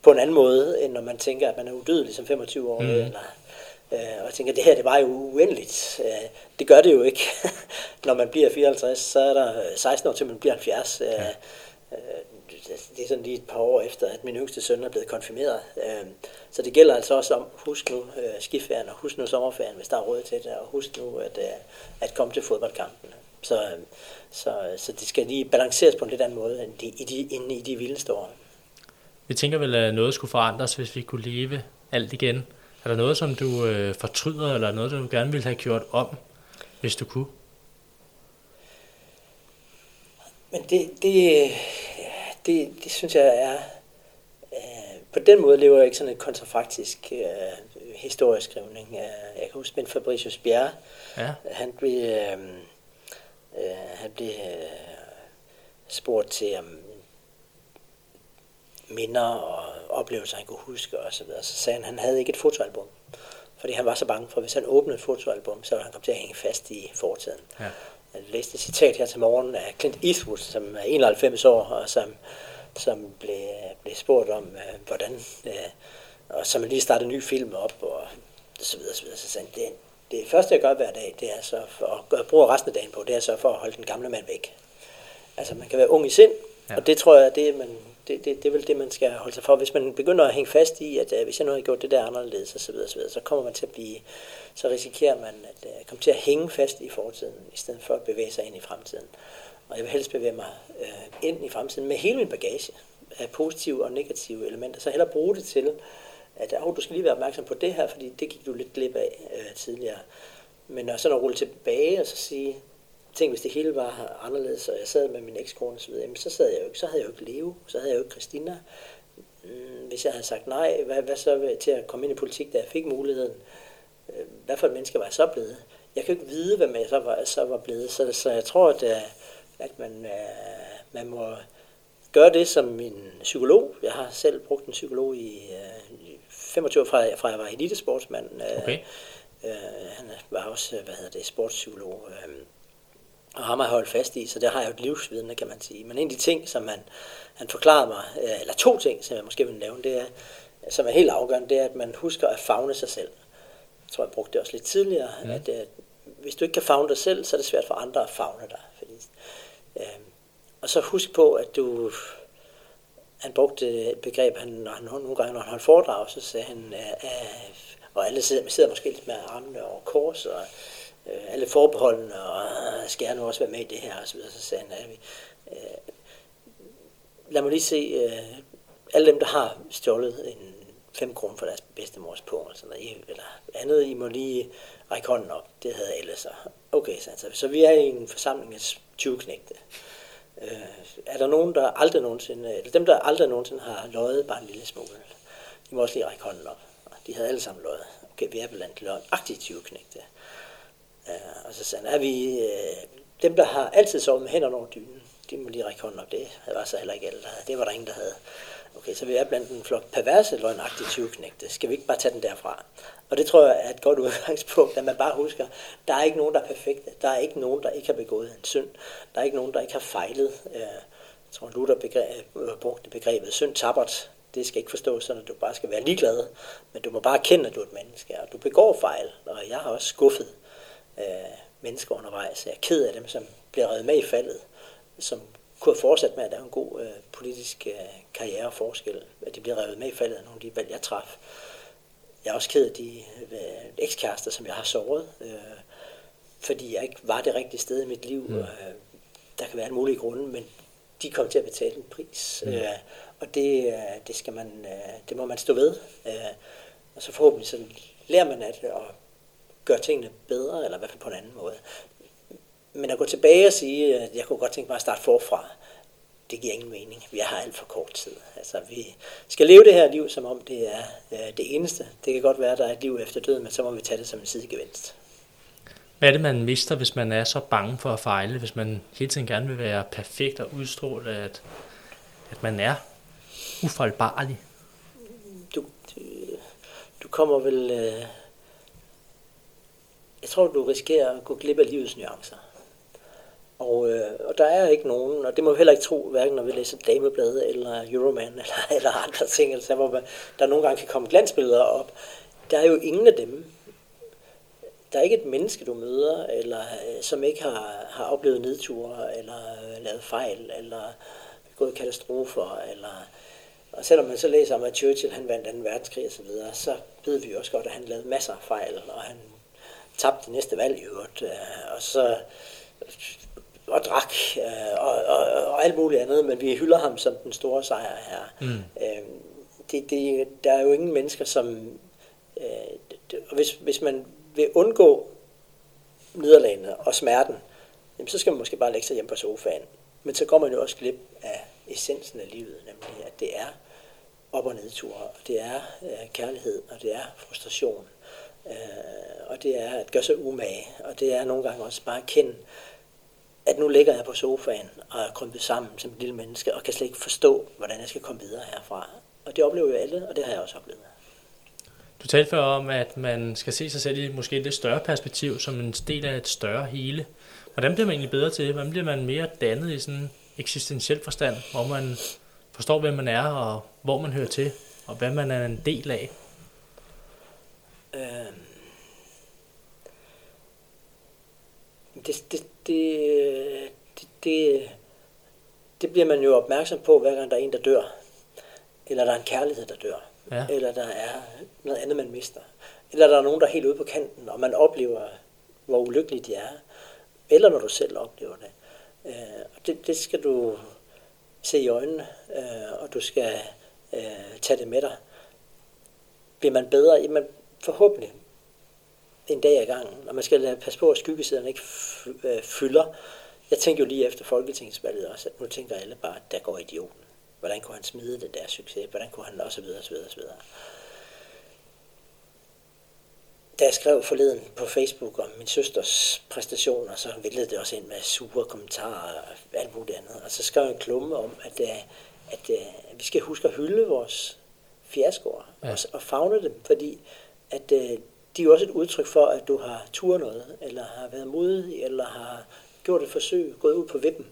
på en anden måde, end når man tænker, at man er udødelig som femogtyve år, mm. eller, øh, og tænker, at det her, det var jo uendeligt. Øh, det gør det jo ikke. Når man bliver fireoghalvtreds, så er der seksten år til, man bliver halvfjerds. Øh, ja. øh, det er sådan lige et par år efter, at min yngste søn er blevet konfirmeret. Øh, så det gælder altså også om, husk nu øh, skiferien, og husk nu sommerferien, hvis der er råd til det, og husk nu at, øh, at komme til fodboldkampen. Så, så, så det skal lige balanceres på en lidt anden måde, end de, i de, inde i de vildeste år. Vi tænker vel, at noget skulle forandres, hvis vi kunne leve alt igen. Er der noget, som du øh, fortryder, eller noget, du gerne ville have gjort om, hvis du kunne? Men det, det, det, det synes jeg er... Øh, på den måde lever jeg ikke sådan en kontrafaktisk øh, historieskrivning. Jeg kan huske, at Fabricius Bjerre, ja. han blev... Øh, øh, han blev øh, spurgt til om minder og oplevelser, han kunne huske og så videre. Så sagde han, at han havde ikke et fotoalbum, fordi han var så bange for, at hvis han åbnede et fotoalbum, så ville han komme til at hænge fast i fortiden. Ja. Jeg læste et citat her til morgen af Clint Eastwood, som er enoghalvfems år, og som, som blev, blev spurgt om, øh, hvordan, øh, og som lige startede en ny film op, og så videre, så videre. Så sagde han, det, det første, jeg gør hver dag, det er så, for, og bruger resten af dagen på, det er så for at holde den gamle mand væk. Altså, man kan være ung i sind, ja. Og det tror jeg, det er, man, det, det, det er vel det, man skal holde sig for. Hvis man begynder at hænge fast i, at uh, hvis jeg nu har gjort det der anderledes, og så videre, så videre, så kommer man til at blive, så risikerer man at uh, komme til at hænge fast i fortiden, i stedet for at bevæge sig ind i fremtiden. Og jeg vil helst bevæge mig uh, ind i fremtiden med hele min bagage af positive og negative elementer, så hellere bruge det til, at oh, du skal lige være opmærksom på det her, fordi det gik du lidt glip af uh, tidligere. Men så når rulle tilbage og så sige, tænk hvis det hele var anderledes, og jeg sad med min ekskone og så videre, så sad jeg jo ikke, så havde jeg jo ikke Leo, så havde jeg jo ikke Christina. Hvis jeg havde sagt nej, hvad, hvad så til at komme ind i politik, da jeg fik muligheden? Hvad for et menneske var jeg så blevet? Jeg kan jo ikke vide, hvad jeg så var, så var blevet, så, så jeg tror, at, at man, man må gøre det som min psykolog. Jeg har selv brugt en psykolog i femogtyve år, fra, fra jeg var elitesportsmand. Okay. Han var også, hvad hedder det, sportspsykolog. Og ham har jeg holdt fast i, så der har jeg jo et livsvidne, kan man sige. Men en af de ting, som han, han forklarede mig, eller to ting, som jeg måske vil nævne, det er, som er helt afgørende, det er, at man husker at favne sig selv. Jeg tror, jeg brugte det også lidt tidligere, ja. at, at hvis du ikke kan favne dig selv, så er det svært for andre at favne dig. Fordi, øh, og så husk på, at du... Han brugte et begreb, han, når han, nogle gange, når han holdt foredrag, så sagde han, øh, øh, og alle sidder, sidder måske lidt med armene over kors, og øh, alle forbeholdene, og øh, skal jeg nu også være med i det her, og så videre, så sagde han, at vi, øh, lad mig lige se, øh, alle dem, der har stjålet en fem kroner for deres bedstemors på, eller, sådan noget, eller andet, I må lige række hånden op, det havde alle så. Okay, så, altså, så vi er i en forsamling af tyveknægte. Øh, er der nogen, der aldrig nogensinde, eller dem, der aldrig nogensinde har løjet bare en lille smule, de må også lige række hånden op. De havde alle sammen løjet. Okay, vi er blandt løgnagtige tyveknægte. Uh, og så sagde han, er vi, uh, dem, der har altid sovet med hænderne over dynen, de må lige række hånden op. Det var så heller ikke alle, der havde. Det var der ingen, der havde. Okay, så vi er blandt en flok perverse løgnagtige tyveknægte. Skal vi ikke bare tage den derfra? Og det tror jeg er et godt udgangspunkt, at man bare husker, der er ikke nogen, der er perfekte. Der er ikke nogen, der ikke har begået en synd. Der er ikke nogen, der ikke har fejlet. Uh, jeg tror, Luther begreb, brugte begrebet synd tappert. Det skal ikke forstås sådan, at du bare skal være ligeglad, men du må bare erkende, at du er et menneske, og du begår fejl, og jeg har også skuffet øh, mennesker undervejs. Jeg er ked af dem, som bliver revet med i faldet, som kunne have fortsat med at lave en god øh, politisk øh, karriere og forskel, at de bliver revet med i faldet af nogle af de valg, jeg traf. Jeg er også ked af de øh, ekskærester, som jeg har såret, øh, fordi jeg ikke var det rigtige sted i mit liv. Mm. Øh, der kan være en mulig grunde, men de kom til at betale en pris. Mm. Øh, Og det, det, skal man, det må man stå ved. Og så forhåbentlig så lærer man at, at gøre tingene bedre, eller i hvert fald på en anden måde. Men at gå tilbage og sige, at jeg kunne godt tænke mig at starte forfra, det giver ingen mening. Vi har alt for kort tid. Altså, vi skal leve det her liv, som om det er det eneste. Det kan godt være, at der er et liv efter døden, men så må vi tage det som en sidegevinst. Hvad er det, man mister, hvis man er så bange for at fejle? Hvis man hele tiden gerne vil være perfekt og udstråle, at, at man er ufejlbarlig? Du, du, du kommer vel... Øh, jeg tror, du risikerer at gå glip af livets nuancer. Og, øh, og der er ikke nogen, og det må vi heller ikke tro, hverken når vi læser Dameblade eller Euroman eller, eller andre ting, altså, hvor man, der nogle gange kan komme glansbilleder op. Der er jo ingen af dem. Der er ikke et menneske, du møder, eller øh, som ikke har, har oplevet nedture, eller øh, lavet fejl, eller gået katastrofer, eller... Og selvom man så læser om, at Churchill han vandt anden verdenskrig og så videre, så ved vi også godt, at han lavede masser af fejl, og han tabte det næste valg i øvrigt, øh, og så og drak, øh, og, og, og alt muligt andet, men vi hylder ham som den store sejr her. Mm. Øh, det, det, der er jo ingen mennesker, som... Øh, det, hvis, hvis man vil undgå nederlagene og smerten, jamen, så skal man måske bare lægge sig hjem på sofaen. Men så går man jo også glip af essensen af livet, nemlig at det er op- og nedture, og det er øh, kærlighed, og det er frustration, øh, og det er at gøre sig umage, og det er nogle gange også bare at kende, at nu ligger jeg på sofaen og er krympet sammen som et lille menneske, og kan slet ikke forstå, hvordan jeg skal komme videre herfra. Og det oplever jo alle, og det har jeg også oplevet. Du talte før om, at man skal se sig selv i måske et lidt større perspektiv, som en del af et større hele. Hvordan bliver man egentlig bedre til det? Hvordan bliver man mere dannet i sådan en eksistentiel forstand, hvor man forstår, hvem man er, og hvor man hører til, og hvad man er en del af? Øhm. Det, det, det, det, det, det bliver man jo opmærksom på, hver gang der er en, der dør. Eller der er en kærlighed, der dør. Ja. Eller der er noget andet, man mister. Eller der er nogen, der er helt ude på kanten, og man oplever, hvor ulykkelige de er. Eller når du selv oplever det. Øh, og det, det skal du se i øjnene, øh, og du skal øh, tage det med dig. Bliver man bedre? Jamen forhåbentlig en dag ad gangen. Og man skal passe på, at skyggesiderne ikke fylder. Jeg tænker jo lige efter folketingsvalget også, at nu tænker alle bare, at der går idioten. Hvordan kunne han smide den der succes? Hvordan kunne han og så videre, så videre, så videre. Da jeg skrev forleden på Facebook om min søsters præstationer, så væltede det også ind med sure kommentarer og alt muligt andet. Og så skrev jeg en klumme om, at, at, at, at vi skal huske at hylde vores fiaskoer ja. og, og favne dem, fordi at, de er jo også et udtryk for, at du har turet noget, eller har været modig, eller har gjort et forsøg, gået ud på vippen.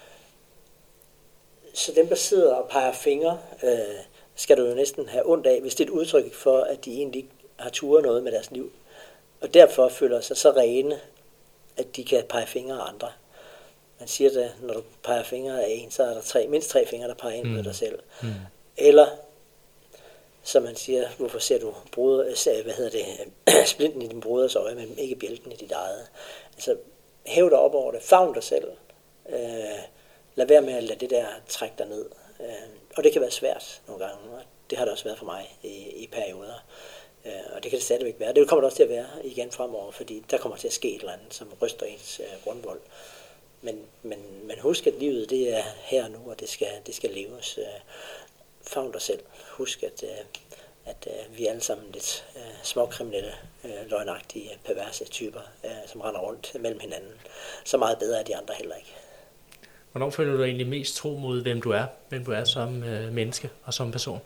Så dem, der sidder og peger fingre, øh, skal du jo næsten have ondt af, hvis det er et udtryk for, at de egentlig ikke har turet noget med deres liv. Og derfor føler sig så rene, at de kan pege fingre af andre. Man siger det, når du peger fingre af en, så er der tre, mindst tre fingre, der peger ind mm. på dig selv. Mm. Eller, som man siger, hvorfor ser du broder, hvad hedder det, splinten i din broders øje, men ikke bjælken i dit eget. Altså, hæv dig op over det, favn dig selv. Øh, lad være med at lade det der trække dig ned. Øh, og det kan være svært nogle gange, og det har det også været for mig i, i perioder. Øh, og det kan det stadigvæk være. Det kommer det også til at være igen fremover, fordi der kommer til at ske et eller andet, som ryster ens øh, grundvold. Men, men, men husk, at livet det er her nu, og det skal, det skal leves. Øh, favn dig selv. Husk, at, øh, at øh, vi er alle sammen lidt øh, småkriminelle, øh, løgnagtige, perverse typer, øh, som render rundt mellem hinanden. Så meget bedre er de andre heller ikke. Hvornår føler du dig egentlig mest tro mod, hvem du er, hvem du er som øh, menneske og som person?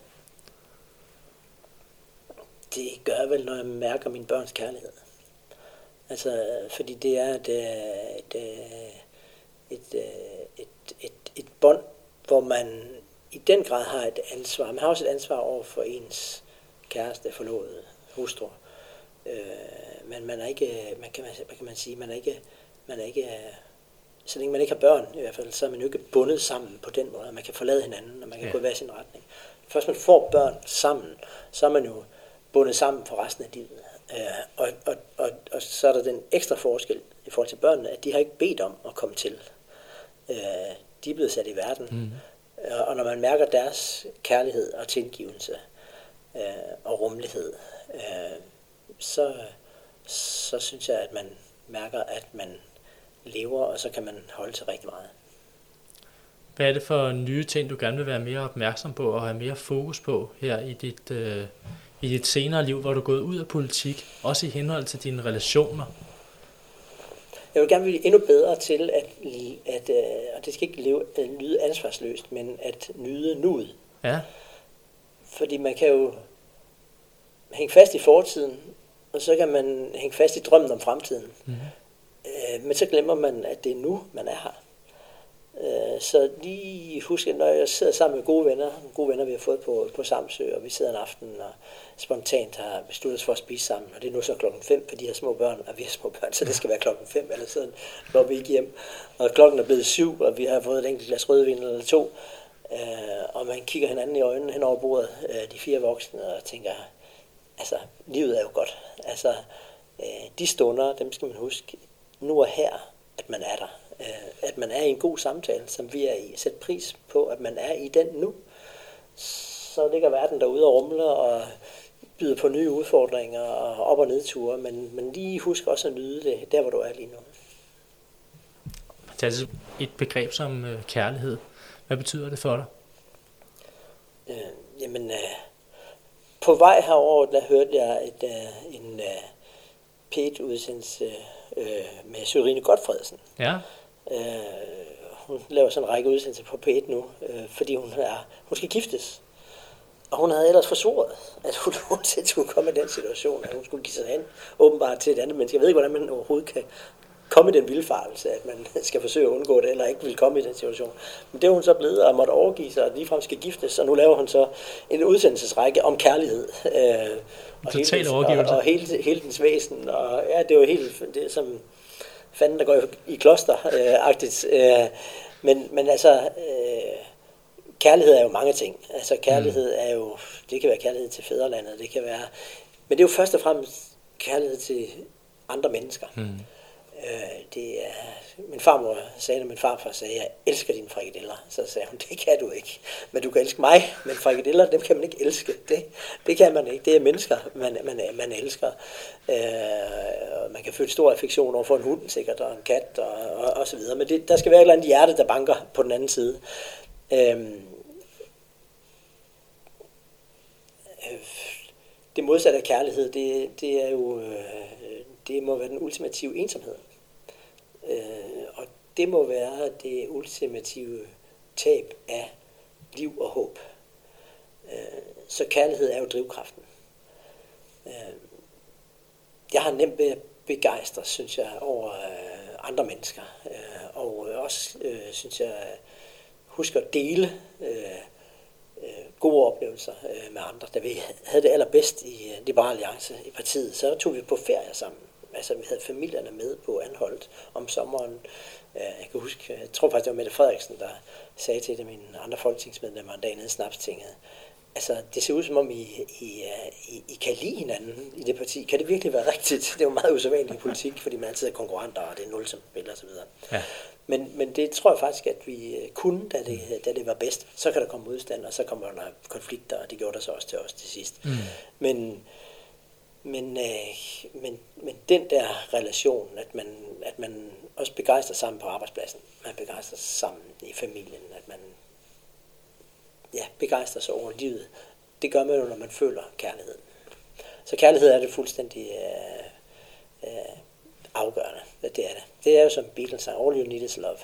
Det gør jeg vel, når jeg mærker min børns kærlighed. Altså, fordi det er et, et, et, et, et, et bånd, hvor man i den grad har et ansvar. Man har også et ansvar over for ens kæreste, forlovede, hustru. Øh, men man er ikke, man kan, hvad kan man sige, man er ikke, man er ikke, så længe man ikke har børn i hvert fald, så er man jo ikke bundet sammen på den måde. Man kan forlade hinanden, og man kan ja. gå i hver sin retning. Først man får børn sammen, så er man jo bundet sammen for resten af livet. Øh, og, og, og, og så er der den ekstra forskel i forhold til børnene, at de har ikke bedt om at komme til. Øh, de er blevet sat i verden. Mm. Og når man mærker deres kærlighed og tilgivelse øh, og rummelighed, øh, så, så synes jeg, at man mærker, at man lever, og så kan man holde til rigtig meget. Hvad er det for nye ting, du gerne vil være mere opmærksom på og have mere fokus på her i dit, øh, i dit senere liv, hvor du er gået ud af politik, også i henhold til dine relationer? Jeg vil gerne blive endnu bedre til, at, at og det skal ikke leve, lyde ansvarsløst, men at nyde nuet. Ja. Fordi man kan jo hænge fast i fortiden, og så kan man hænge fast i drømmen om fremtiden. Mm-hmm. Øh, men så glemmer man, at det er nu, man er her. Øh, så lige husk, når jeg sidder sammen med gode venner, gode venner vi har fået på, på Samsø, og vi sidder en aften og spontant har besluttet os for at spise sammen, og det er nu så klokken fem for de her små børn, og vi har små børn, så det skal være klokken fem, eller sådan når vi ikke hjem. Og klokken er blevet syv, og vi har fået et enkelt glas rødvin eller to, øh, og man kigger hinanden i øjnene hen over bordet, øh, de fire voksne, og tænker, altså, livet er jo godt. Altså, øh, de stunder, dem skal man huske, nu og her, at man er der. Øh, at man er i en god samtale, som vi er i. Sæt pris på, at man er i den nu. Så ligger verden derude og rumler og byder på nye udfordringer og op- og nedture, men, men lige husk også at nyde det, der hvor du er lige nu. Det er altså et begreb som øh, kærlighed. Hvad betyder det for dig? Øh, jamen, øh, på vej herover, der hørte jeg et, øh, en øh, P et-udsendelse øh, med Sørine Godfredsen. Ja. Øh, hun laver sådan en række udsendelser på P et nu, øh, fordi hun, er, hun skal giftes. Og hun havde ellers forsvoret, at hun uanset skulle komme i den situation, at hun skulle give sig hen åbenbart til et andet menneske. Jeg ved ikke, hvordan man overhovedet kan komme i den vildfarelse, at man skal forsøge at undgå det, eller ikke vil komme i den situation. Men det er hun så blevet, og måtte overgive sig, og ligefrem skal giftes, og nu laver hun så en udsendelsesrække om kærlighed. Øh, og Total hele, overgivelse. Og, og hele, hele dens væsen, og ja, det er jo helt det er som fanden, der går i, i kloster-agtigt. Øh, men, men altså, øh, kærlighed er jo mange ting. Altså kærlighed er jo, det kan være kærlighed til fædrelandet, det kan være, men det er jo først og fremmest kærlighed til andre mennesker. Mm. Øh, det er, min farmor sagde, når min farfar sagde, jeg elsker dine frikadeller, så sagde hun, det kan du ikke, men du kan elske mig, men frikadeller, dem kan man ikke elske, det, det kan man ikke, det er mennesker, man, man, man elsker. Øh, man kan føle stor affektion over for en hund, sikkert, og en kat, og, og, og så videre, men det, der skal være et eller andet hjerte, der banker på den anden side. Øh, det modsatte af kærlighed, det, det er jo, det må være den ultimative ensomhed. Øh, og det må være det ultimative tab af liv og håb. Øh, så kærlighed er jo drivkraften. Øh, jeg har nemt ved at begejstre, synes jeg, over øh, andre mennesker. Øh, og også, øh, synes jeg, husker at dele øh, øh, gode oplevelser øh, med andre. Da vi havde det allerbedst i Liberal Alliance i partiet, så tog vi på ferie sammen. Altså, vi havde familierne med på Anholt om sommeren. Jeg kan huske, jeg tror faktisk, det var Mette Frederiksen, der sagde til det, mine andre folketingsmedlemmer en dag nede i Snapstinget. Altså, det ser ud som om, I, I, I, I kan lide hinanden i det parti. Kan det virkelig være rigtigt? Det er jo meget usædvanligt i politik, fordi man altid er konkurrenter, og det er nul som spiller osv. Ja. Men, men det tror jeg faktisk, at vi kunne, da det, da det var bedst. Så kan der komme modstand, og så kommer der konflikter, og det gjorde der så også til os til sidst. Mm. Men... Men, øh, men, men den der relation, at man, at man også begejstrer sammen på arbejdspladsen, man begejstrer sammen i familien, at man ja, begejstrer sig over livet, det gør man jo, når man føler kærligheden. Så kærlighed er det fuldstændig øh, øh, afgørende. Det er det. Det er jo som Beatles sang, all you need is love.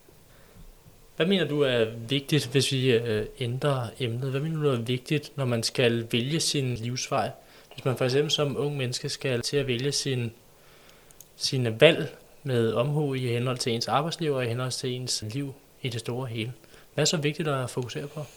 Hvad mener du er vigtigt, hvis vi øh, ændrer emnet? Hvad mener du er vigtigt, når man skal vælge sin livsvej? Hvis man for eksempel som ung menneske skal til at vælge sin, sine valg med omhu i henhold til ens arbejdsliv og i henhold til ens liv i det store hele. Hvad er så vigtigt at fokusere på?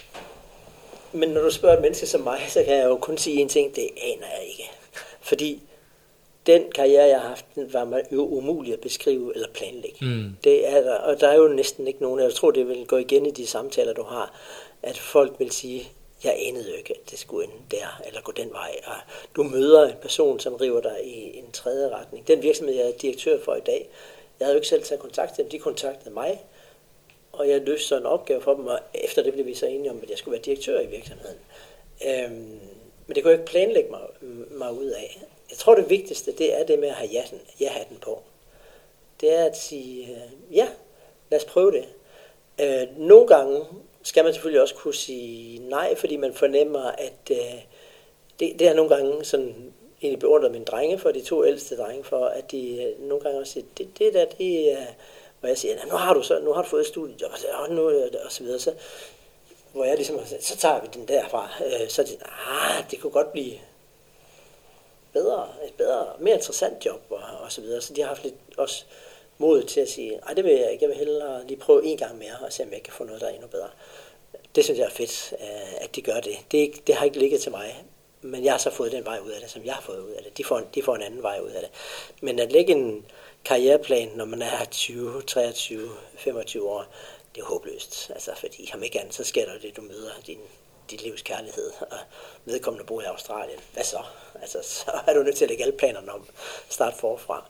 Men når du spørger et menneske som mig, så kan jeg jo kun sige en ting, det aner jeg ikke. Fordi den karriere, jeg har haft, den var jo umulig at beskrive eller planlægge. Mm. Det er der, og der er jo næsten ikke nogen, jeg tror det vil gå igen i de samtaler, du har, at folk vil sige, jeg anede jo ikke, at det skulle ende der, eller gå den vej. Og du møder en person, som river dig i en tredje retning. Den virksomhed, jeg er direktør for i dag, jeg havde jo ikke selv taget kontakt til dem, de kontaktede mig, og jeg løste så en opgave for dem, og efter det blev vi så enige om, at jeg skulle være direktør i virksomheden. Øhm, men det kunne jeg ikke planlægge mig, mig ud af. Jeg tror, det vigtigste, det er det med at have ja-hatten, ja-hatten på. Det er at sige, øh, ja, lad os prøve det. Øh, nogle gange skal man selvfølgelig også kunne sige nej, fordi man fornemmer, at øh, det, det er nogle gange sådan, egentlig beundret mine drenge for, de to ældste drenge for, at de øh, nogle gange også siger, det, det der, det er, øh, hvor jeg siger, nu har du så, nu har du fået et studiejob, og, nu, og så videre, så, hvor jeg ligesom, så tager vi den derfra, øh, så det, ah, det kunne godt blive bedre, et bedre bedre, mere interessant job og, og så videre. Så de har haft lidt også mod til at sige, nej, det vil jeg ikke, jeg vil hellere lige prøve en gang mere og se, om jeg kan få noget, der er endnu bedre. Det synes jeg er fedt, at de gør det. Det, er ikke, det har ikke ligget til mig, men jeg har så fået den vej ud af det, som jeg har fået ud af det. De får, de får en anden vej ud af det. Men at lægge en karriereplan, når man er tyve, treogtyve, femogtyve år, det er håbløst. Altså, fordi om ikke andet, så sker der det, du møder din, din livs kærlighed, og vedkommende bor i Australien. Hvad så? Altså, så er du nødt til at lægge alle planerne om at starte forfra.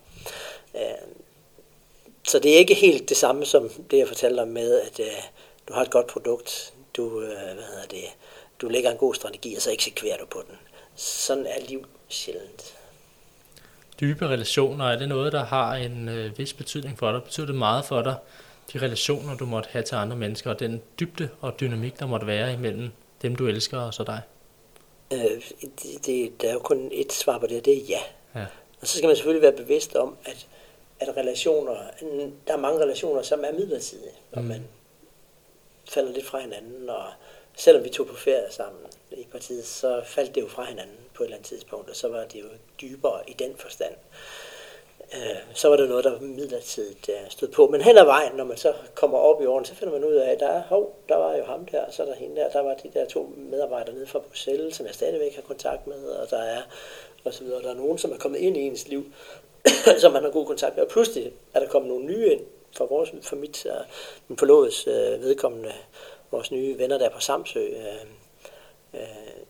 Så det er ikke helt det samme som det, jeg fortalte om med, at du har et godt produkt, du, hvad hedder det, du lægger en god strategi, og så eksekverer du på den. Sådan er liv sjældent. Dybe relationer, er det noget, der har en øh, vis betydning for dig? Betyder det meget for dig, de relationer, du måtte have til andre mennesker, og den dybde og dynamik, der måtte være imellem dem, du elsker, og så dig? Øh, det, det, der er jo kun et svar på det, og det er ja. ja. Og så skal man selvfølgelig være bevidst om, at, at relationer, der er mange relationer, som er midlertidige, og mm. man falder lidt fra hinanden, og selvom vi tog på ferie sammen i partiet, så faldt det jo fra hinanden på et eller andet tidspunkt, og så var det jo dybere i den forstand. Så var det noget, der var midlertidigt stod på. Men hen ad vejen, når man så kommer op i årene, så finder man ud af, at der er, hov, der var jo ham der, og så er der hende der, der var de der to medarbejdere nede fra Bruxelles, som jeg stadigvæk har kontakt med, og der er, og så videre, der er nogen, som er kommet ind i ens liv, som man har god kontakt med, og pludselig er der kommet nogle nye ind, for, vores, for mit, uh, min forloves uh, vedkommende, vores nye venner der på Samsø, uh, uh,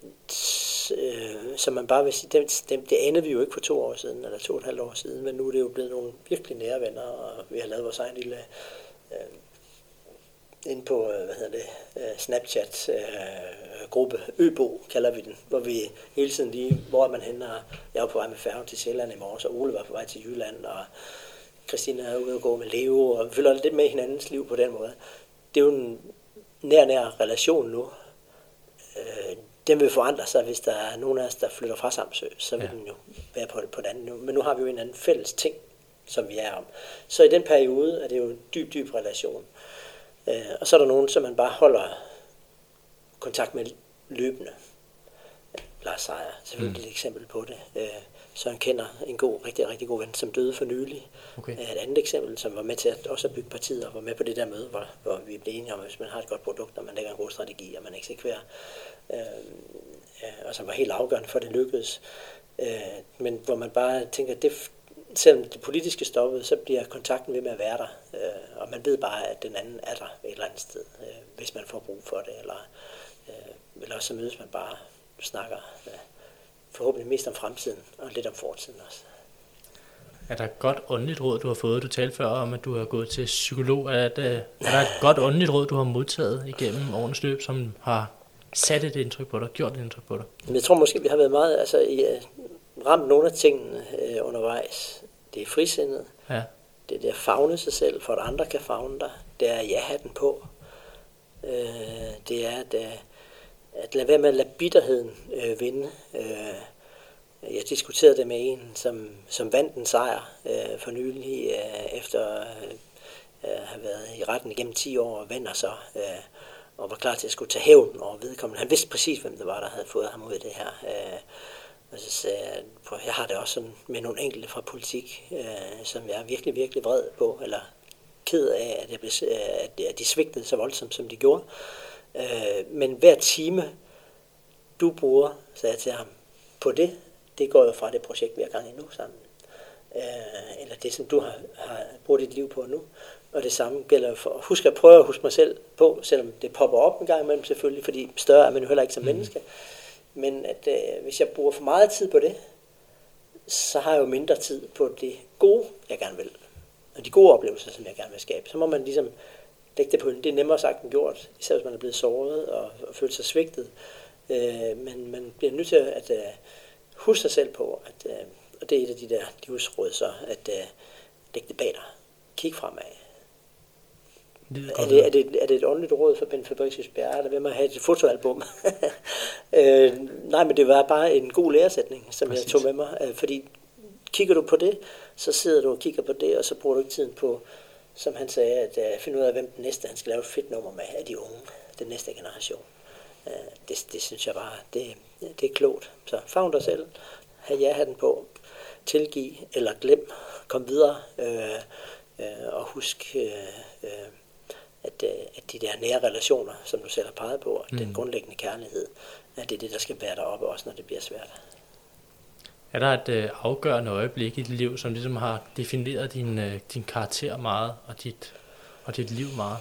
som man bare vil sige, det, det, det anede vi jo ikke for to år siden, eller to og et halvt år siden, men nu er det jo blevet nogle virkelig nære venner, og vi har lavet vores egen lille øh, inde på, hvad hedder det, øh, Snapchat øh, gruppe, Øbo kalder vi den, hvor vi hele tiden lige, hvor er man henne, og jeg var på vej med færgen til Sjælland i morges, og Ole var på vej til Jylland, og Christina er ude og gå med Leo, og vi følger lidt med hinandens liv på den måde. Det er jo en nær, nær relation nu. Øh, Den vil forandre sig, hvis der er nogen af os, der flytter fra Samsø, så vil ja. den jo være på, på den anden nu. Men nu har vi jo en anden fælles ting, som vi er om. Så i den periode er det jo en dyb, dyb relation. Øh, og så er der nogen, som man bare holder kontakt med løbende. Lars Seier, selvfølgelig mm. et eksempel på det. Øh, så han kender en god, rigtig, rigtig god ven, som døde for nylig. Okay. Et andet eksempel, som var med til at også at bygge partiet, og var med på det der møde, hvor, hvor vi blev enige om, at hvis man har et godt produkt, og man lægger en god strategi, og man eksekverer, øh, og som var helt afgørende for, at det lykkedes. Øh, men hvor man bare tænker, at det, selvom det politiske stoppede, så bliver kontakten ved med at være der. Øh, og man ved bare, at den anden er der et eller andet sted, øh, hvis man får brug for det. Eller, øh, eller også så mødes man bare og snakker øh, forhåbentlig mest om fremtiden, og lidt om fortiden også. Er der et godt åndeligt råd, du har fået? Du talte før om, at du har gået til psykolog. Er, det, er der et godt åndeligt råd, du har modtaget igennem årens løb, som har sat et indtryk på dig, gjort et indtryk på dig? Jeg tror måske, vi har været meget altså, i, uh, ramt nogle af tingene uh, undervejs. Det er frisindet. Ja. Det er det at favne sig selv, for at andre kan favne dig. Det er at ja-hatten på. Uh, det er at, uh, at lade være med at lade bitterheden uh, vinde. Uh, Jeg diskuterede det med en, som, som vandt en sejr øh, for nylig, øh, efter øh, at have været i retten igennem ti år og vender så, øh, og var klar til at skulle tage hævn over vedkommende. Han vidste præcis, hvem det var, der havde fået ham ud af det her. Øh, og så sagde jeg, jeg har det også sådan med nogle enkelte fra politik, øh, som jeg er virkelig, virkelig vred på, eller ked af, at, jeg blev, at de svigtede så voldsomt, som de gjorde. Øh, men hver time, du bruger, sagde jeg til ham, på det, det går jo fra det projekt, vi har gang i nu sammen. Øh, eller det, som du har, har brugt dit liv på nu. Og det samme gælder for at huske at prøve at huske mig selv på, selvom det popper op en gang imellem selvfølgelig, fordi større er man jo heller ikke som mm. menneske. Men at øh, hvis jeg bruger for meget tid på det, så har jeg jo mindre tid på det gode, jeg gerne vil. Og de gode oplevelser, som jeg gerne vil skabe. Så må man ligesom lægge det på. Det er nemmere sagt end gjort, især hvis man er blevet såret og, og følt sig svigtet. Øh, men man bliver nødt til at øh, huske sig selv på, at, øh, og det er et af de der livsråd, så at øh, lægge det bag dig. Kig fremad. Det er, er, det, er, det, er det et åndeligt råd for Ben Fabricius Bjerre, eller hvem har have et fotoalbum? øh, nej, men det var bare en god læresætning, som Præcis. Jeg tog med mig. Øh, fordi kigger du på det, så sidder du og kigger på det, og så bruger du ikke tiden på, som han sagde, at uh, finde ud af, hvem den næste, han skal lave et fedt nummer med, af de unge, den næste generation. Uh, det, det synes jeg bare, det, det er klogt. Så favn dig selv, have ja-hatten på, tilgive eller glem, kom videre, øh, øh, og husk, øh, øh, at, øh, at de der nære relationer, som du selv har peget på, mm. den grundlæggende kærlighed, at det er det, der skal være deroppe, også når det bliver svært. Er der et øh, afgørende øjeblik i dit liv, som ligesom har defineret din, øh, din karakter meget, og dit, og dit liv meget?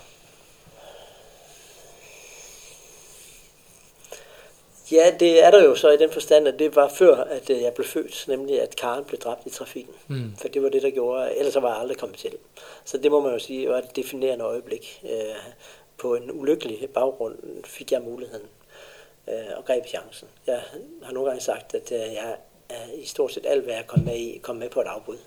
Ja, det er der jo så i den forstand, at det var før, at jeg blev født, nemlig at Karen blev dræbt i trafikken. Mm. For det var det, der gjorde, ellers var jeg aldrig kommet til. Så det må man jo sige, var et definerende øjeblik. Øh, på en ulykkelig baggrund fik jeg muligheden øh, og greb chancen. Jeg har nogle gange sagt, at øh, jeg er i stort set alt, hvad jeg kom med i, kom med på et afbud.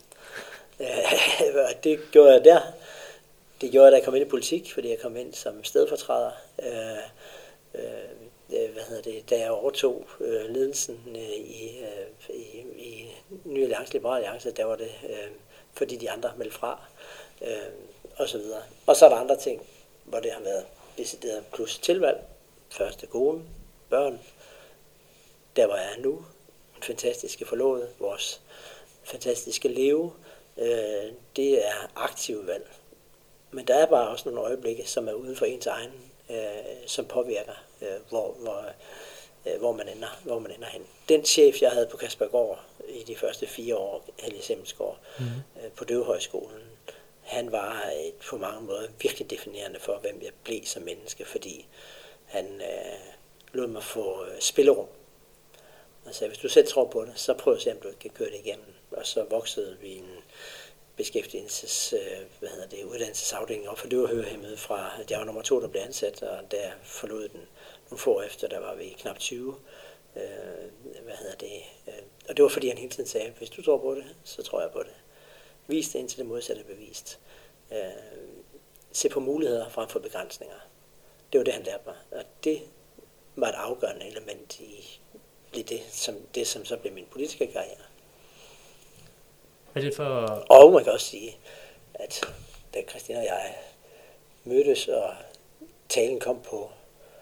Øh, det gjorde jeg der. Det gjorde jeg, da jeg kom ind i politik, fordi jeg kom ind som stedfortræder. Øh, øh, hvad hedder det, da jeg overtog øh, ledelsen øh, i, øh, i, i Ny Alliance, Liberal Alliance, der var det, øh, fordi de andre meldte fra, øh, og så videre. Og så er der andre ting, hvor det har været decideret plus tilvalg. Første kone, børn, der hvor jeg er nu, en fantastiske forlovede, vores fantastiske leve, øh, det er aktive valg. Men der er bare også nogle øjeblikke, som er uden for ens egen, øh, som påvirker, øh, hvor, hvor, øh, hvor, man ender, hvor man ender hen. Den chef, jeg havde på Kaspergård i de første fire år, Helge Semmelsgaard, mm-hmm. øh, på Døvehøjskolen, han var et, på mange måder virkelig definerende for, hvem jeg blev som menneske, fordi han øh, lod mig få øh, spillerum. Og sagde, hvis du selv tror på det, så prøv at se, om du kan køre det igennem. Og så voksede vi en beskæftigelses, hvad hedder det, uddannelsesafdeling op for døvehørehæmmede fra, at jeg var nummer to, der blev ansat, og der forlod den nogle få efter, der var vi knap tyve. Øh, hvad hedder det? Og det var fordi han hele tiden sagde, hvis du tror på det, så tror jeg på det. Vis det indtil det modsatte er bevist. Øh, se på muligheder frem for begrænsninger. Det var det, han lærte mig. Og det var et afgørende element i, i det, som, det, som så blev min politiske karriere. Hvad er det for... Og man kan også sige, at da Christina og jeg mødtes, og talen kom på,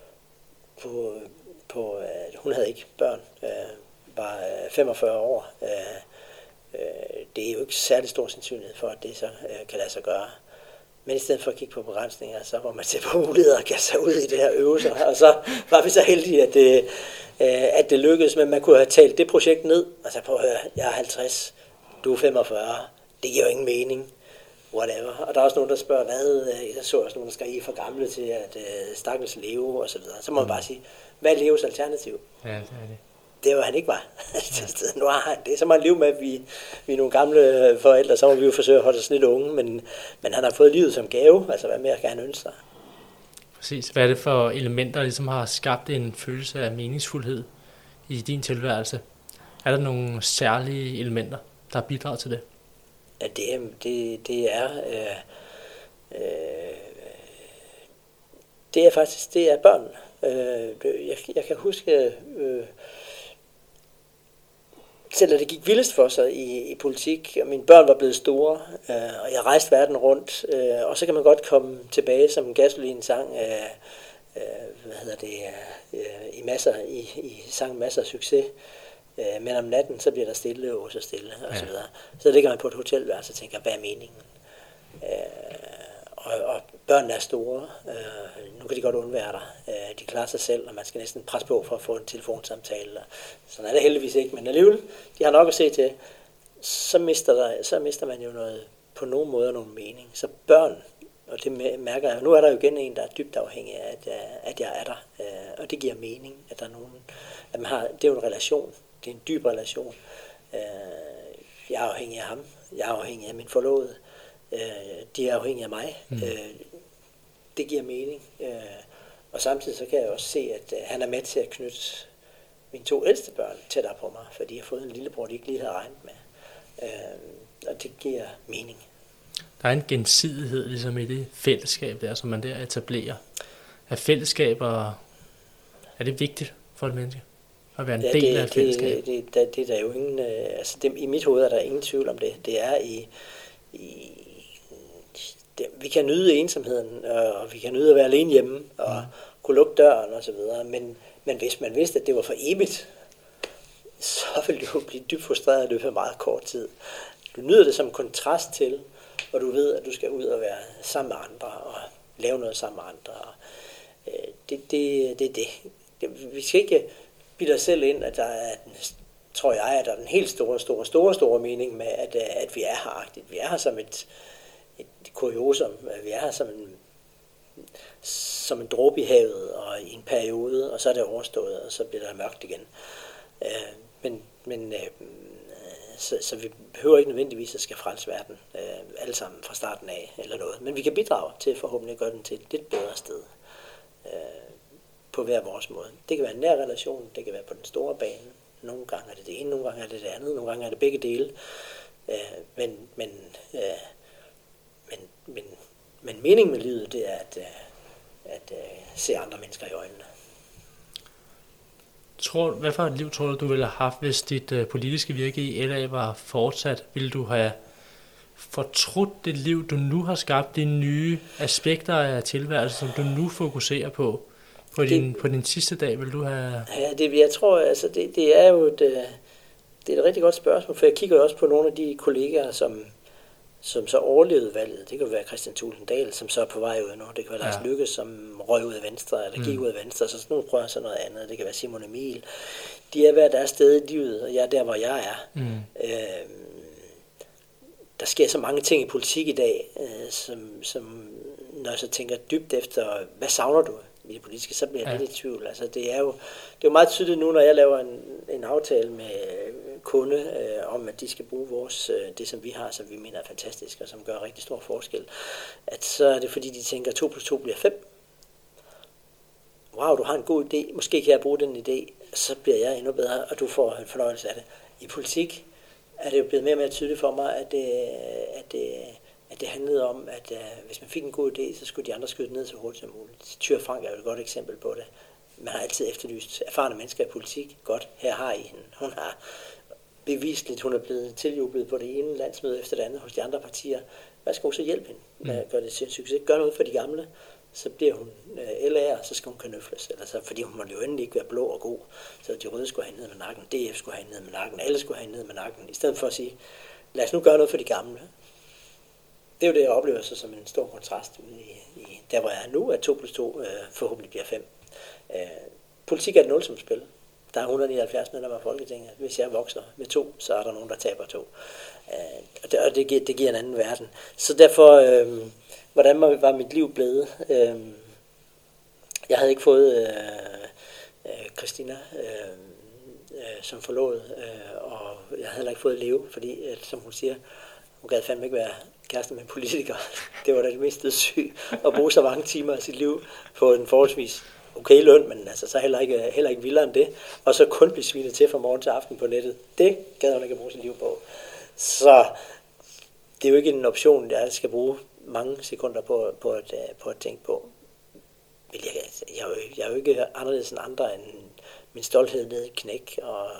på, på at hun havde ikke børn, øh, var femogfyrre år. Øh, øh, det er jo ikke særlig stor sandsynlighed for, at det så øh, kan lade sig gøre. Men i stedet for at kigge på begrænsninger, så var man til på muligheder og kaste sig ud i det her øvelser. Og så var vi så heldige, at det, øh, at det lykkedes, men man kunne have talt det projekt ned. Altså prøv at høre, jeg er halvtreds. Du er femogfyrre, det giver jo ingen mening, whatever. Og der er også nogen, der spørger, hvad, jeg så også nogen, der skal I for gamle til at uh, stakkels leve, og så videre. Så må man bare sige, hvad er Leos alternativ? Ja, det er det. Det var han ikke var. Ja. Nu har han det. Så må han leve med, at vi, vi er nogle gamle forældre, så må vi jo forsøge at holde os lidt unge, men, men han har fået livet som gave, altså hvad mere kan han ønske sig? Præcis. Hvad er det for elementer, der ligesom har skabt en følelse af meningsfuldhed i din tilværelse? Er der nogle særlige elementer, der bidrager til det? Ja, det, det, det er øh, øh, det er faktisk det er børn. Øh, jeg, jeg kan huske øh, selv at det gik vildest for sig i, i politik, og mine børn var blevet store, øh, og jeg rejste verden rundt, øh, og så kan man godt komme tilbage som Gasolin sang, øh, øh, hvad hedder det, øh, i masser i, i sang masser af succes. Men om natten, så bliver der stille og så stille, og ja. Så videre. Så ligger man på et hotelværelse og tænker, hvad er meningen? Øh, og, og børnene er store, øh, nu kan de godt undvære dig. Øh, de klarer sig selv, og man skal næsten presse på for at få en telefonsamtale. Sådan er det heldigvis ikke, men alligevel, de har nok at se til. Så mister, der, så mister man jo noget, på nogen måde nogen mening. Så børn, og det mærker jeg, nu er der jo igen en, der er dybt afhængig af, at jeg, at jeg er der. Øh, og det giver mening, at der er nogen, at man har, det er jo en relation. Det er en dyb relation. Jeg er afhængig af ham. Jeg er afhængig af min forlovede. De er afhængige af mig. Mm. Det giver mening. Og samtidig så kan jeg også se, at han er med til at knytte mine to ældste børn tættere på mig, for de har fået en lillebror, de ikke lige havde regnet med. Og det giver mening. Der er en gensidighed ligesom i det fællesskab der, som man der etablerer. Er fællesskaber, er det vigtigt for et menneske? At være en ja, del det, af et fællesskab? Det, det, det, det er der jo ingen, altså det, i mit hoved er der ingen tvivl om det. Det er i, i det, vi kan nyde ensomheden, og vi kan nyde at være alene hjemme, og mm. kunne lukke døren og så videre, men, men hvis man vidste, at det var for evigt, så vil du blive dybt frustreret i løbet af meget kort tid. Du nyder det som kontrast til, og du ved, at du skal ud og være sammen med andre, og lave noget sammen med andre. Og, øh, det, det, det er det. det. Vi skal ikke bilde os selv ind, at der er, den, tror jeg, at der er den helt store, store, store, store mening med, at, at vi er her. Vi er her som et, et kuriosum. Vi er her som en, som en dråbe i havet, og i en periode, og så er det overstået, og så bliver der mørkt igen. Øh, men men øh, så, så vi behøver ikke nødvendigvis at skal frelse verden øh, alle sammen fra starten af eller noget. Men vi kan bidrage til forhåbentlig at gøre den til et lidt bedre sted øh, på hver vores måde. Det kan være en nær relation, det kan være på den store bane. Nogle gange er det det ene, nogle gange er det det andet, nogle gange er det begge dele. Øh, men, men, øh, men, men, men meningen med livet, det er at, øh, at øh, se andre mennesker i øjnene. Tror, hvad for et liv tror du, du ville have haft, hvis dit uh, politiske virke i L A var fortsat? Ville du have fortrudt det liv, du nu har skabt, de nye aspekter af tilværelsen, som du nu fokuserer på? På din, det, på din sidste dag, vil du have... Ja, det, jeg tror, altså, det, det er jo et, det er et rigtig godt spørgsmål, for jeg kigger jo også på nogle af de kollegaer, som, som så overlevede valget. Det kan jo være Kristian Thulesen Dahl, som så er på vej ud nu. Det kan være Lars ja. Løkke, som røg ud af Venstre, eller gik mm. ud af Venstre, så nu prøver jeg så noget andet. Det kan være Simon Emil. De er hver deres sted i livet, og jeg er der, hvor jeg er. Mm. Øh, der sker så mange ting i politik i dag, øh, som, som når jeg så tænker dybt efter, hvad savner du i det politiske, så bliver jeg ja. lidt i tvivl. Altså, det er jo det er jo meget tydeligt nu, når jeg laver en, en aftale med kunde øh, om, at de skal bruge vores, øh, det, som vi har, som vi mener er fantastisk, og som gør rigtig stor forskel, at så er det fordi, de tænker, to plus to bliver fem. Wow, du har en god idé, måske kan jeg bruge den idé, så bliver jeg endnu bedre, og du får en fornøjelse af det. I politik er det jo blevet mere og mere tydeligt for mig, at det, at det, at det handlede om, at uh, hvis man fik en god idé, så skulle de andre skyde ned så hurtigt som muligt. Thyra Frank er jo et godt eksempel på det. Man har altid efterlyst erfarne mennesker i politik. Godt, her har I hende. Hun har bevisligt, hun er blevet tiljublet på det ene landsmøde efter det andet hos de andre partier. Værsgo, så hjælp hende med at gøre det til en succes. Gør noget for de gamle, så bliver hun uh, L A'er, så skal hun kanøfles. Eller så, fordi hun må jo endelig ikke være blå og god. Så de røde skulle have ned med nakken, D F skulle have ned med nakken, alle skulle have ned med nakken. I stedet for at sige, lad os nu gøre noget for de gamle. Det er jo det, jeg oplever så som en stor kontrast i, i der, hvor jeg er nu, at to plus to øh, forhåbentlig bliver fem. Øh, politik er et nulsumsspil. Der er et hundrede og nioghalvfjerds medlemmer af Folketinget. Hvis jeg vokser med to, så er der nogen, der taber to. Øh, og det, og det, giver, det giver en anden verden. Så derfor, øh, hvordan var mit liv blevet? Øh, jeg havde ikke fået øh, øh, Christina øh, øh, som forlod, øh, og jeg havde heller ikke fået Leo, fordi, øh, som hun siger, hun gad fandme ikke være kæreste med en politiker. Det var da det mest syg at bruge så mange timer af sit liv på en forholdsvis okay løn, men altså så heller ikke, heller ikke vildere end det. Og så kun blive svinet til fra morgen til aften på nettet. Det gad hun ikke at bruge sit liv på. Så det er jo ikke en option, jeg skal bruge mange sekunder på, på, at, på at tænke på. Jeg, jeg, er jo, jeg er jo ikke anderledes end andre, end min stolthed nede i knæk, og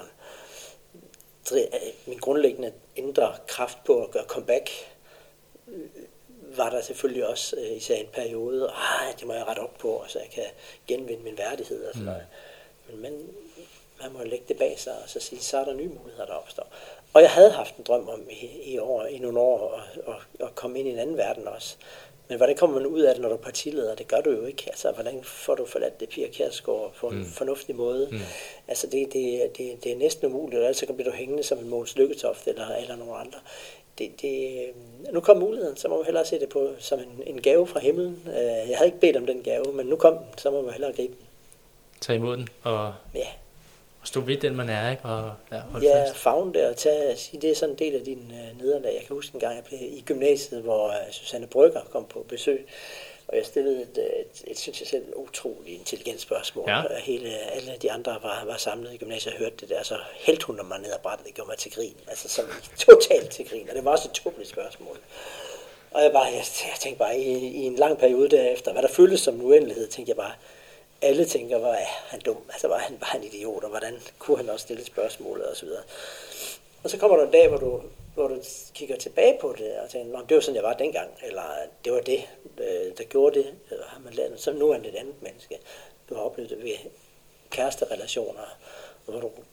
min grundlæggende indre kraft på at gøre comeback var der selvfølgelig også øh, især en periode, og det må jeg rette op på, så jeg kan genvinde min værdighed og sådan noget. Men, men man må lægge det bag sig og så sige, så er der nye muligheder, der opstår. Og jeg havde haft en drøm om i, i, år, i nogle år at, at, at komme ind i en anden verden også. Men hvordan kommer man ud af det, når du er partileder? Det gør du jo ikke. Altså, hvordan får du forladt det Pia Kjærsgaard på en mm. fornuftig måde? Mm. Altså, det, det, det, det er næsten umuligt, og så bliver du hængende som en Mogens Lykketoft eller, eller nogen andre. Det, det, nu kom muligheden, så må man hellere se det på som en, en gave fra himlen. Jeg havde ikke bedt om den gave, men nu kom den, så må man hellere gribe den. Tag imod den, og, ja. og stå ved den, man er, ikke? Og ja, ja favne det, og tage, sige, det er sådan en del af din uh, nederlag. Jeg kan huske en gang, jeg blev i gymnasiet, hvor uh, Susanne Brøgger kom på besøg, og jeg stillede et, et, et synes jeg selv, utroligt intelligent spørgsmål. Ja. Hele, alle de andre var, var samlet i gymnasiet og hørte det der, så hældte hun mig ned ad brættet, det gjorde mig til grin. Altså sådan totalt til grin, og det var også et tåbeligt spørgsmål. Og jeg, bare, jeg, jeg tænkte bare, i, i en lang periode derefter, hvad der føltes som en uendelighed, tænkte jeg bare, alle tænker, var han dum, altså var han bare en idiot, og hvordan kunne han også stille spørgsmålet og så videre. Og så kommer der en dag, hvor du, hvor du kigger tilbage på det, og tænker, det var sådan, jeg var dengang, eller det var det, der gjorde det, har man lært, så nu er han et andet menneske. Du har oplevet det ved kæresterelationer, hvor du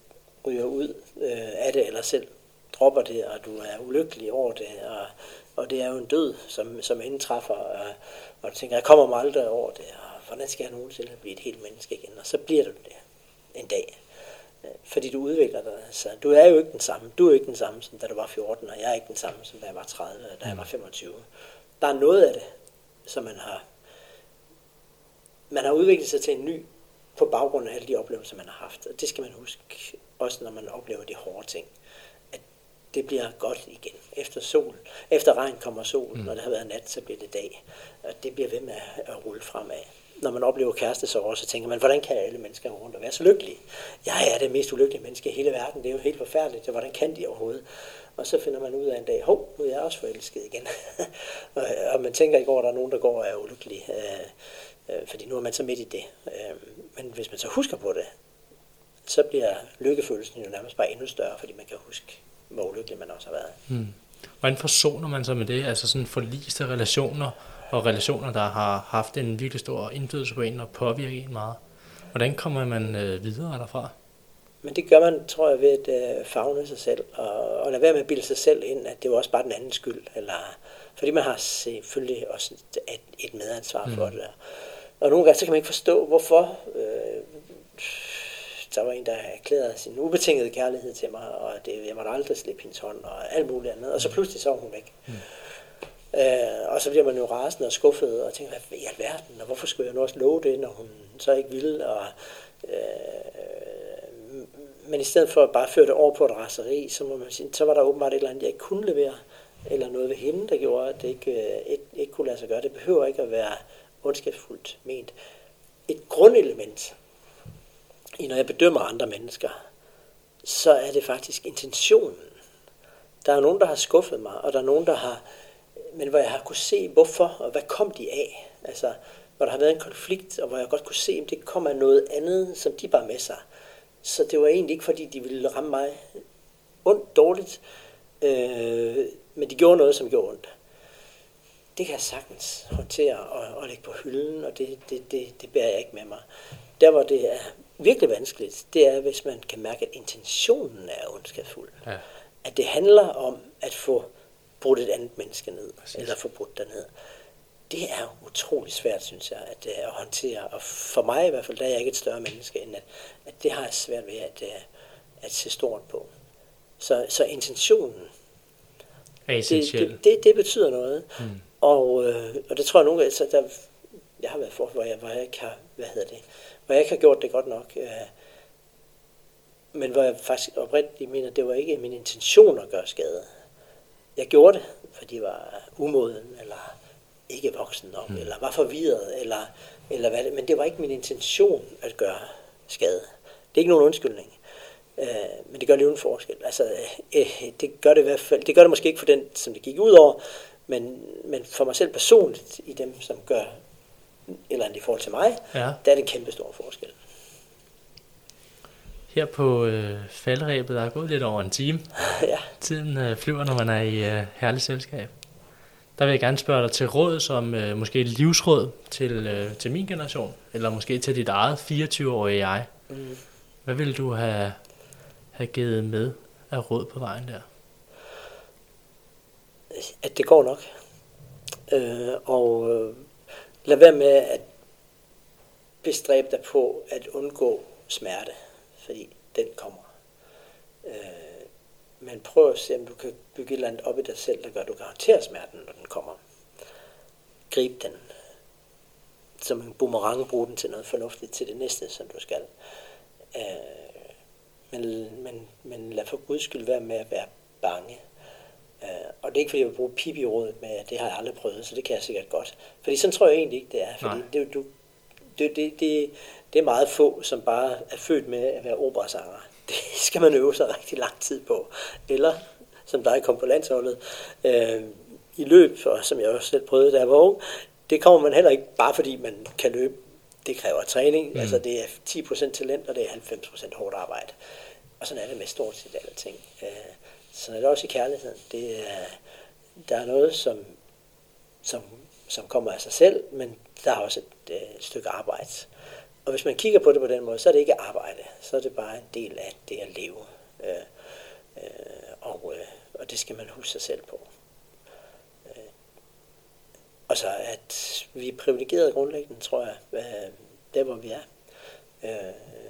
ryger ud øh, af det, eller selv dropper det, og du er ulykkelig over det, og, og det er jo en død, som, som indtræffer, og, og du tænker, jeg kommer mig aldrig over det, og hvordan skal jeg nogensinde blive et helt menneske igen? Og så bliver du det en dag, fordi du udvikler dig. Så du er jo ikke den samme. Du er jo ikke den samme, som da du var fjorten, og jeg er ikke den samme, som da jeg var tredive, eller da jeg var femogtyve. Der er noget af det, som man har, man har udviklet sig til en ny, på baggrund af alle de oplevelser, man har haft. Og det skal man huske, også når man oplever de hårde ting. At det bliver godt igen. Efter sol, efter regn kommer solen, mm. når det har været nat, så bliver det dag. Og det bliver ved med at rulle fremad. Når man oplever kærestesorger, så tænker man, hvordan kan alle mennesker rundt og være så lykkelige? Jeg er det mest ulykkelige menneske i hele verden. Det er jo helt forfærdeligt. Hvordan kan de overhovedet? Og så finder man ud af en dag, hov, nu er jeg også forelsket igen. Og man tænker ikke over, at der er nogen, der går og er ulykkelige. Fordi nu er man så midt i det. Men hvis man så husker på det, så bliver lykkefølelsen jo nærmest bare endnu større, fordi man kan huske, hvor ulykkelig man også har været. Hmm. Hvordan forsoner man sig med det? Altså sådan forliste relationer, og relationer, der har haft en virkelig stor indflydelse på en og påvirker en meget. Hvordan kommer man øh, videre derfra? Men det gør man, tror jeg, ved at øh, favne sig selv, og, og lade være med at bilde sig selv ind, at det var også bare den anden skyld. Eller, fordi man har selvfølgelig også et, et medansvar for mm. det. Og nogle gange, så kan man ikke forstå, hvorfor. Øh, der var en, der erklærede sin ubetingede kærlighed til mig, og det, jeg måtte aldrig slippe hendes hånd, og alt muligt andet. Og så pludselig så var hun væk. Mm. Øh, og så bliver man jo rasende og skuffet, og tænker, hvad i alverden, og hvorfor skulle jeg nu også love det, når hun så ikke ville, og, øh, men i stedet for at bare føre det over på et raseri, så må man sige, så var der åbenbart et eller andet, jeg ikke kunne levere, eller noget ved hende, der gjorde, at det ikke, ikke, ikke kunne lade sig gøre. Det behøver ikke at være ondskabsfuldt ment. Et grundelement, i når jeg bedømmer andre mennesker, så er det faktisk intentionen. Der er nogen, der har skuffet mig, og der er nogen, der har, men hvor jeg har kunne se, hvorfor, og hvad kom de af? Altså, hvor der har været en konflikt, og hvor jeg godt kunne se, at det kom af noget andet, som de bar med sig. Så det var egentlig ikke, fordi de ville ramme mig ondt, dårligt, øh, men de gjorde noget, som gjorde ondt. Det kan jeg sagtens håndtere og, og lægge på hylden, og det, det, det, det bærer jeg ikke med mig. Der, hvor det er virkelig vanskeligt, det er, hvis man kan mærke, at intentionen er ondskabsfuld. Ja. At det handler om at få brudt et andet menneske ned, Præcis. eller få brudt derned. Det er utrolig svært, synes jeg, at, at håndtere. Og for mig i hvert fald, der er jeg ikke et større menneske, end at, at det har jeg svært ved at, at se stort på. Så, så intentionen, det, det, det, det betyder noget. Mm. Og, øh, og det tror jeg nogle gange, så der, jeg har været for, hvor jeg, hvor jeg ikke har, hvad hedder det, hvor jeg ikke har gjort det godt nok. Øh, men hvor jeg faktisk oprigtigt mener, det var ikke min intention at gøre skade. Jeg gjorde det, fordi jeg var umoden, eller ikke voksen nok, mm. eller var forvirret, eller, eller hvad det, men det var ikke min intention at gøre skade. Det er ikke nogen undskyldning, øh, men det gør lige en forskel. Altså, øh, det gør det i hvert fald, det gør det måske ikke for den, som det gik ud over, men, men for mig selv personligt, i dem, som gør eller andet i forhold til mig, ja. Der er det kæmpe stor forskel. Her på øh, faldrebet, der er gået lidt over en time. Ja. Tiden øh, flyver, når man er i øh, herligt selskab. Der vil jeg gerne spørge dig til råd, som øh, måske et livsråd til, øh, til min generation, eller måske til dit eget fireogtyve-årige jeg. Mm. Hvad vil du have, have givet med af råd på vejen der? At det går nok. Øh, og øh, lad være med at bestræbe dig på at undgå smerte, fordi den kommer. Øh, men prøv at se, om du kan bygge et eller andet op i dig selv, der gør, at du kan håndtere smerten, når den kommer. Grib den. Som en boomerang, brug den til noget fornuftigt til det næste, som du skal. Øh, men, men, men lad for Guds skyld være med at være bange. Øh, og det er ikke, fordi jeg vil bruge pipi-rådet med, at det har jeg aldrig prøvet, så det kan jeg sikkert godt. Fordi sådan tror jeg egentlig ikke, det er. Fordi det, du, det, det, det, det er meget få, som bare er født med at være operasanger. Det skal man øve sig rigtig lang tid på. Eller, som dig kom på landsholdet, øh, i løb, og som jeg også selv prøvede, da jeg var ung, det kommer man heller ikke, bare fordi man kan løbe. Det kræver træning. Mm. Altså det er ti procent talent, og det er halvfems procent hårdt arbejde. Og sådan er det med stort set alle ting. Øh, sådan er det også i kærligheden. Det er, der er noget, som, som, som kommer af sig selv, men der er også et, et stykke arbejde. Og hvis man kigger på det på den måde, så er det ikke arbejde. Så er det bare en del af det at leve. Øh, øh, og, øh, og det skal man huske sig selv på. Øh, og så at vi er privilegerede grundlæggende, tror jeg, øh, der hvor vi er. Øh,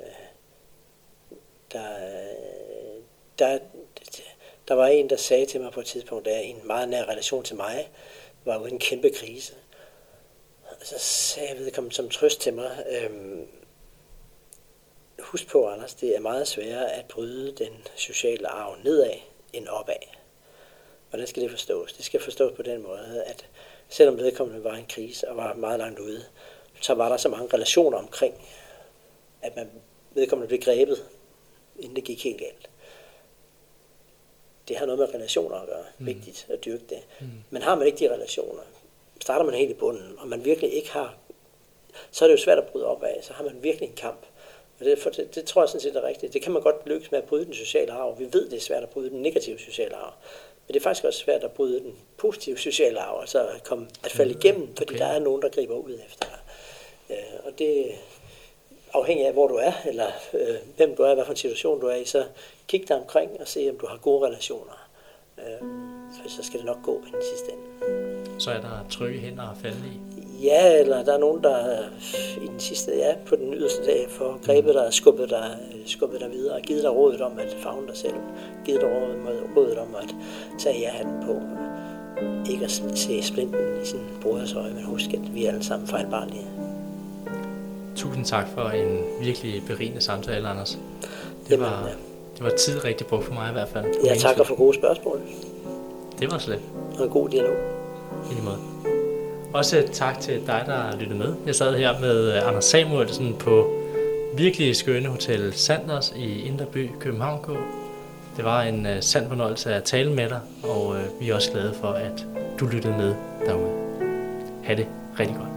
der, der, der var en, der sagde til mig på et tidspunkt, der en meget nær relation til mig, var jo en kæmpe krise. Og så sagde jeg vedkommende som trøst til mig, øhm, husk på, Anders, det er meget sværere at bryde den sociale arv nedad end opad. Hvordan skal det forstås? Det skal forstås på den måde, at selvom vedkommende var en krise og var meget langt ude, så var der så mange relationer omkring, at man vedkommende blev grebet, inden det gik helt galt. Det har noget med relationer at gøre. Mm. Vigtigt at dyrke det. Mm. Men har man ikke de relationer, starter man helt i bunden, og man virkelig ikke har, så er det jo svært at bryde op af. Så har man virkelig en kamp. Og det, for det, det tror jeg sådan set er rigtigt. Det kan man godt lykkes med at bryde den sociale arv. Vi ved, det er svært at bryde den negative sociale arv. Men det er faktisk også svært at bryde den positive sociale arv, altså at, komme, at falde igennem, fordi okay. der er nogen, der griber ud efter dig. Øh, og det afhængig af, hvor du er, eller øh, hvem du er, hvad for en situation du er i, så kig dig omkring og se, om du har gode relationer. Øh, for så skal det nok gå i den sidste ende. Så er der trygge hænder at falde i? Ja, eller der er nogen, der i den sidste, ja, på den yderste dag får grebet dig, skubbet dig, skubbet dig videre, og givet dig rådet om at favne dig selv. Givet dig rådet om at tage ja-hatten på. Ikke at se splinten i sin broders øje, men husk, at vi er alle sammen fejlbarlige. Tusind tak for en virkelig berigende samtale, Anders. Det, Jamen, var, det var tid rigtig brugt for mig i hvert fald. Jeg takker for gode spørgsmål. Det var slet. Og en god dialog. I lige måde. Også tak til dig, der lyttede med. Jeg sad her med Anders Samuelsen på virkelig skønne Hotel Sanders i Indre By, København K. Det var en uh, sand fornøjelse at tale med dig, og uh, vi er også glade for, at du lyttede med derude. Ha' det rigtig godt.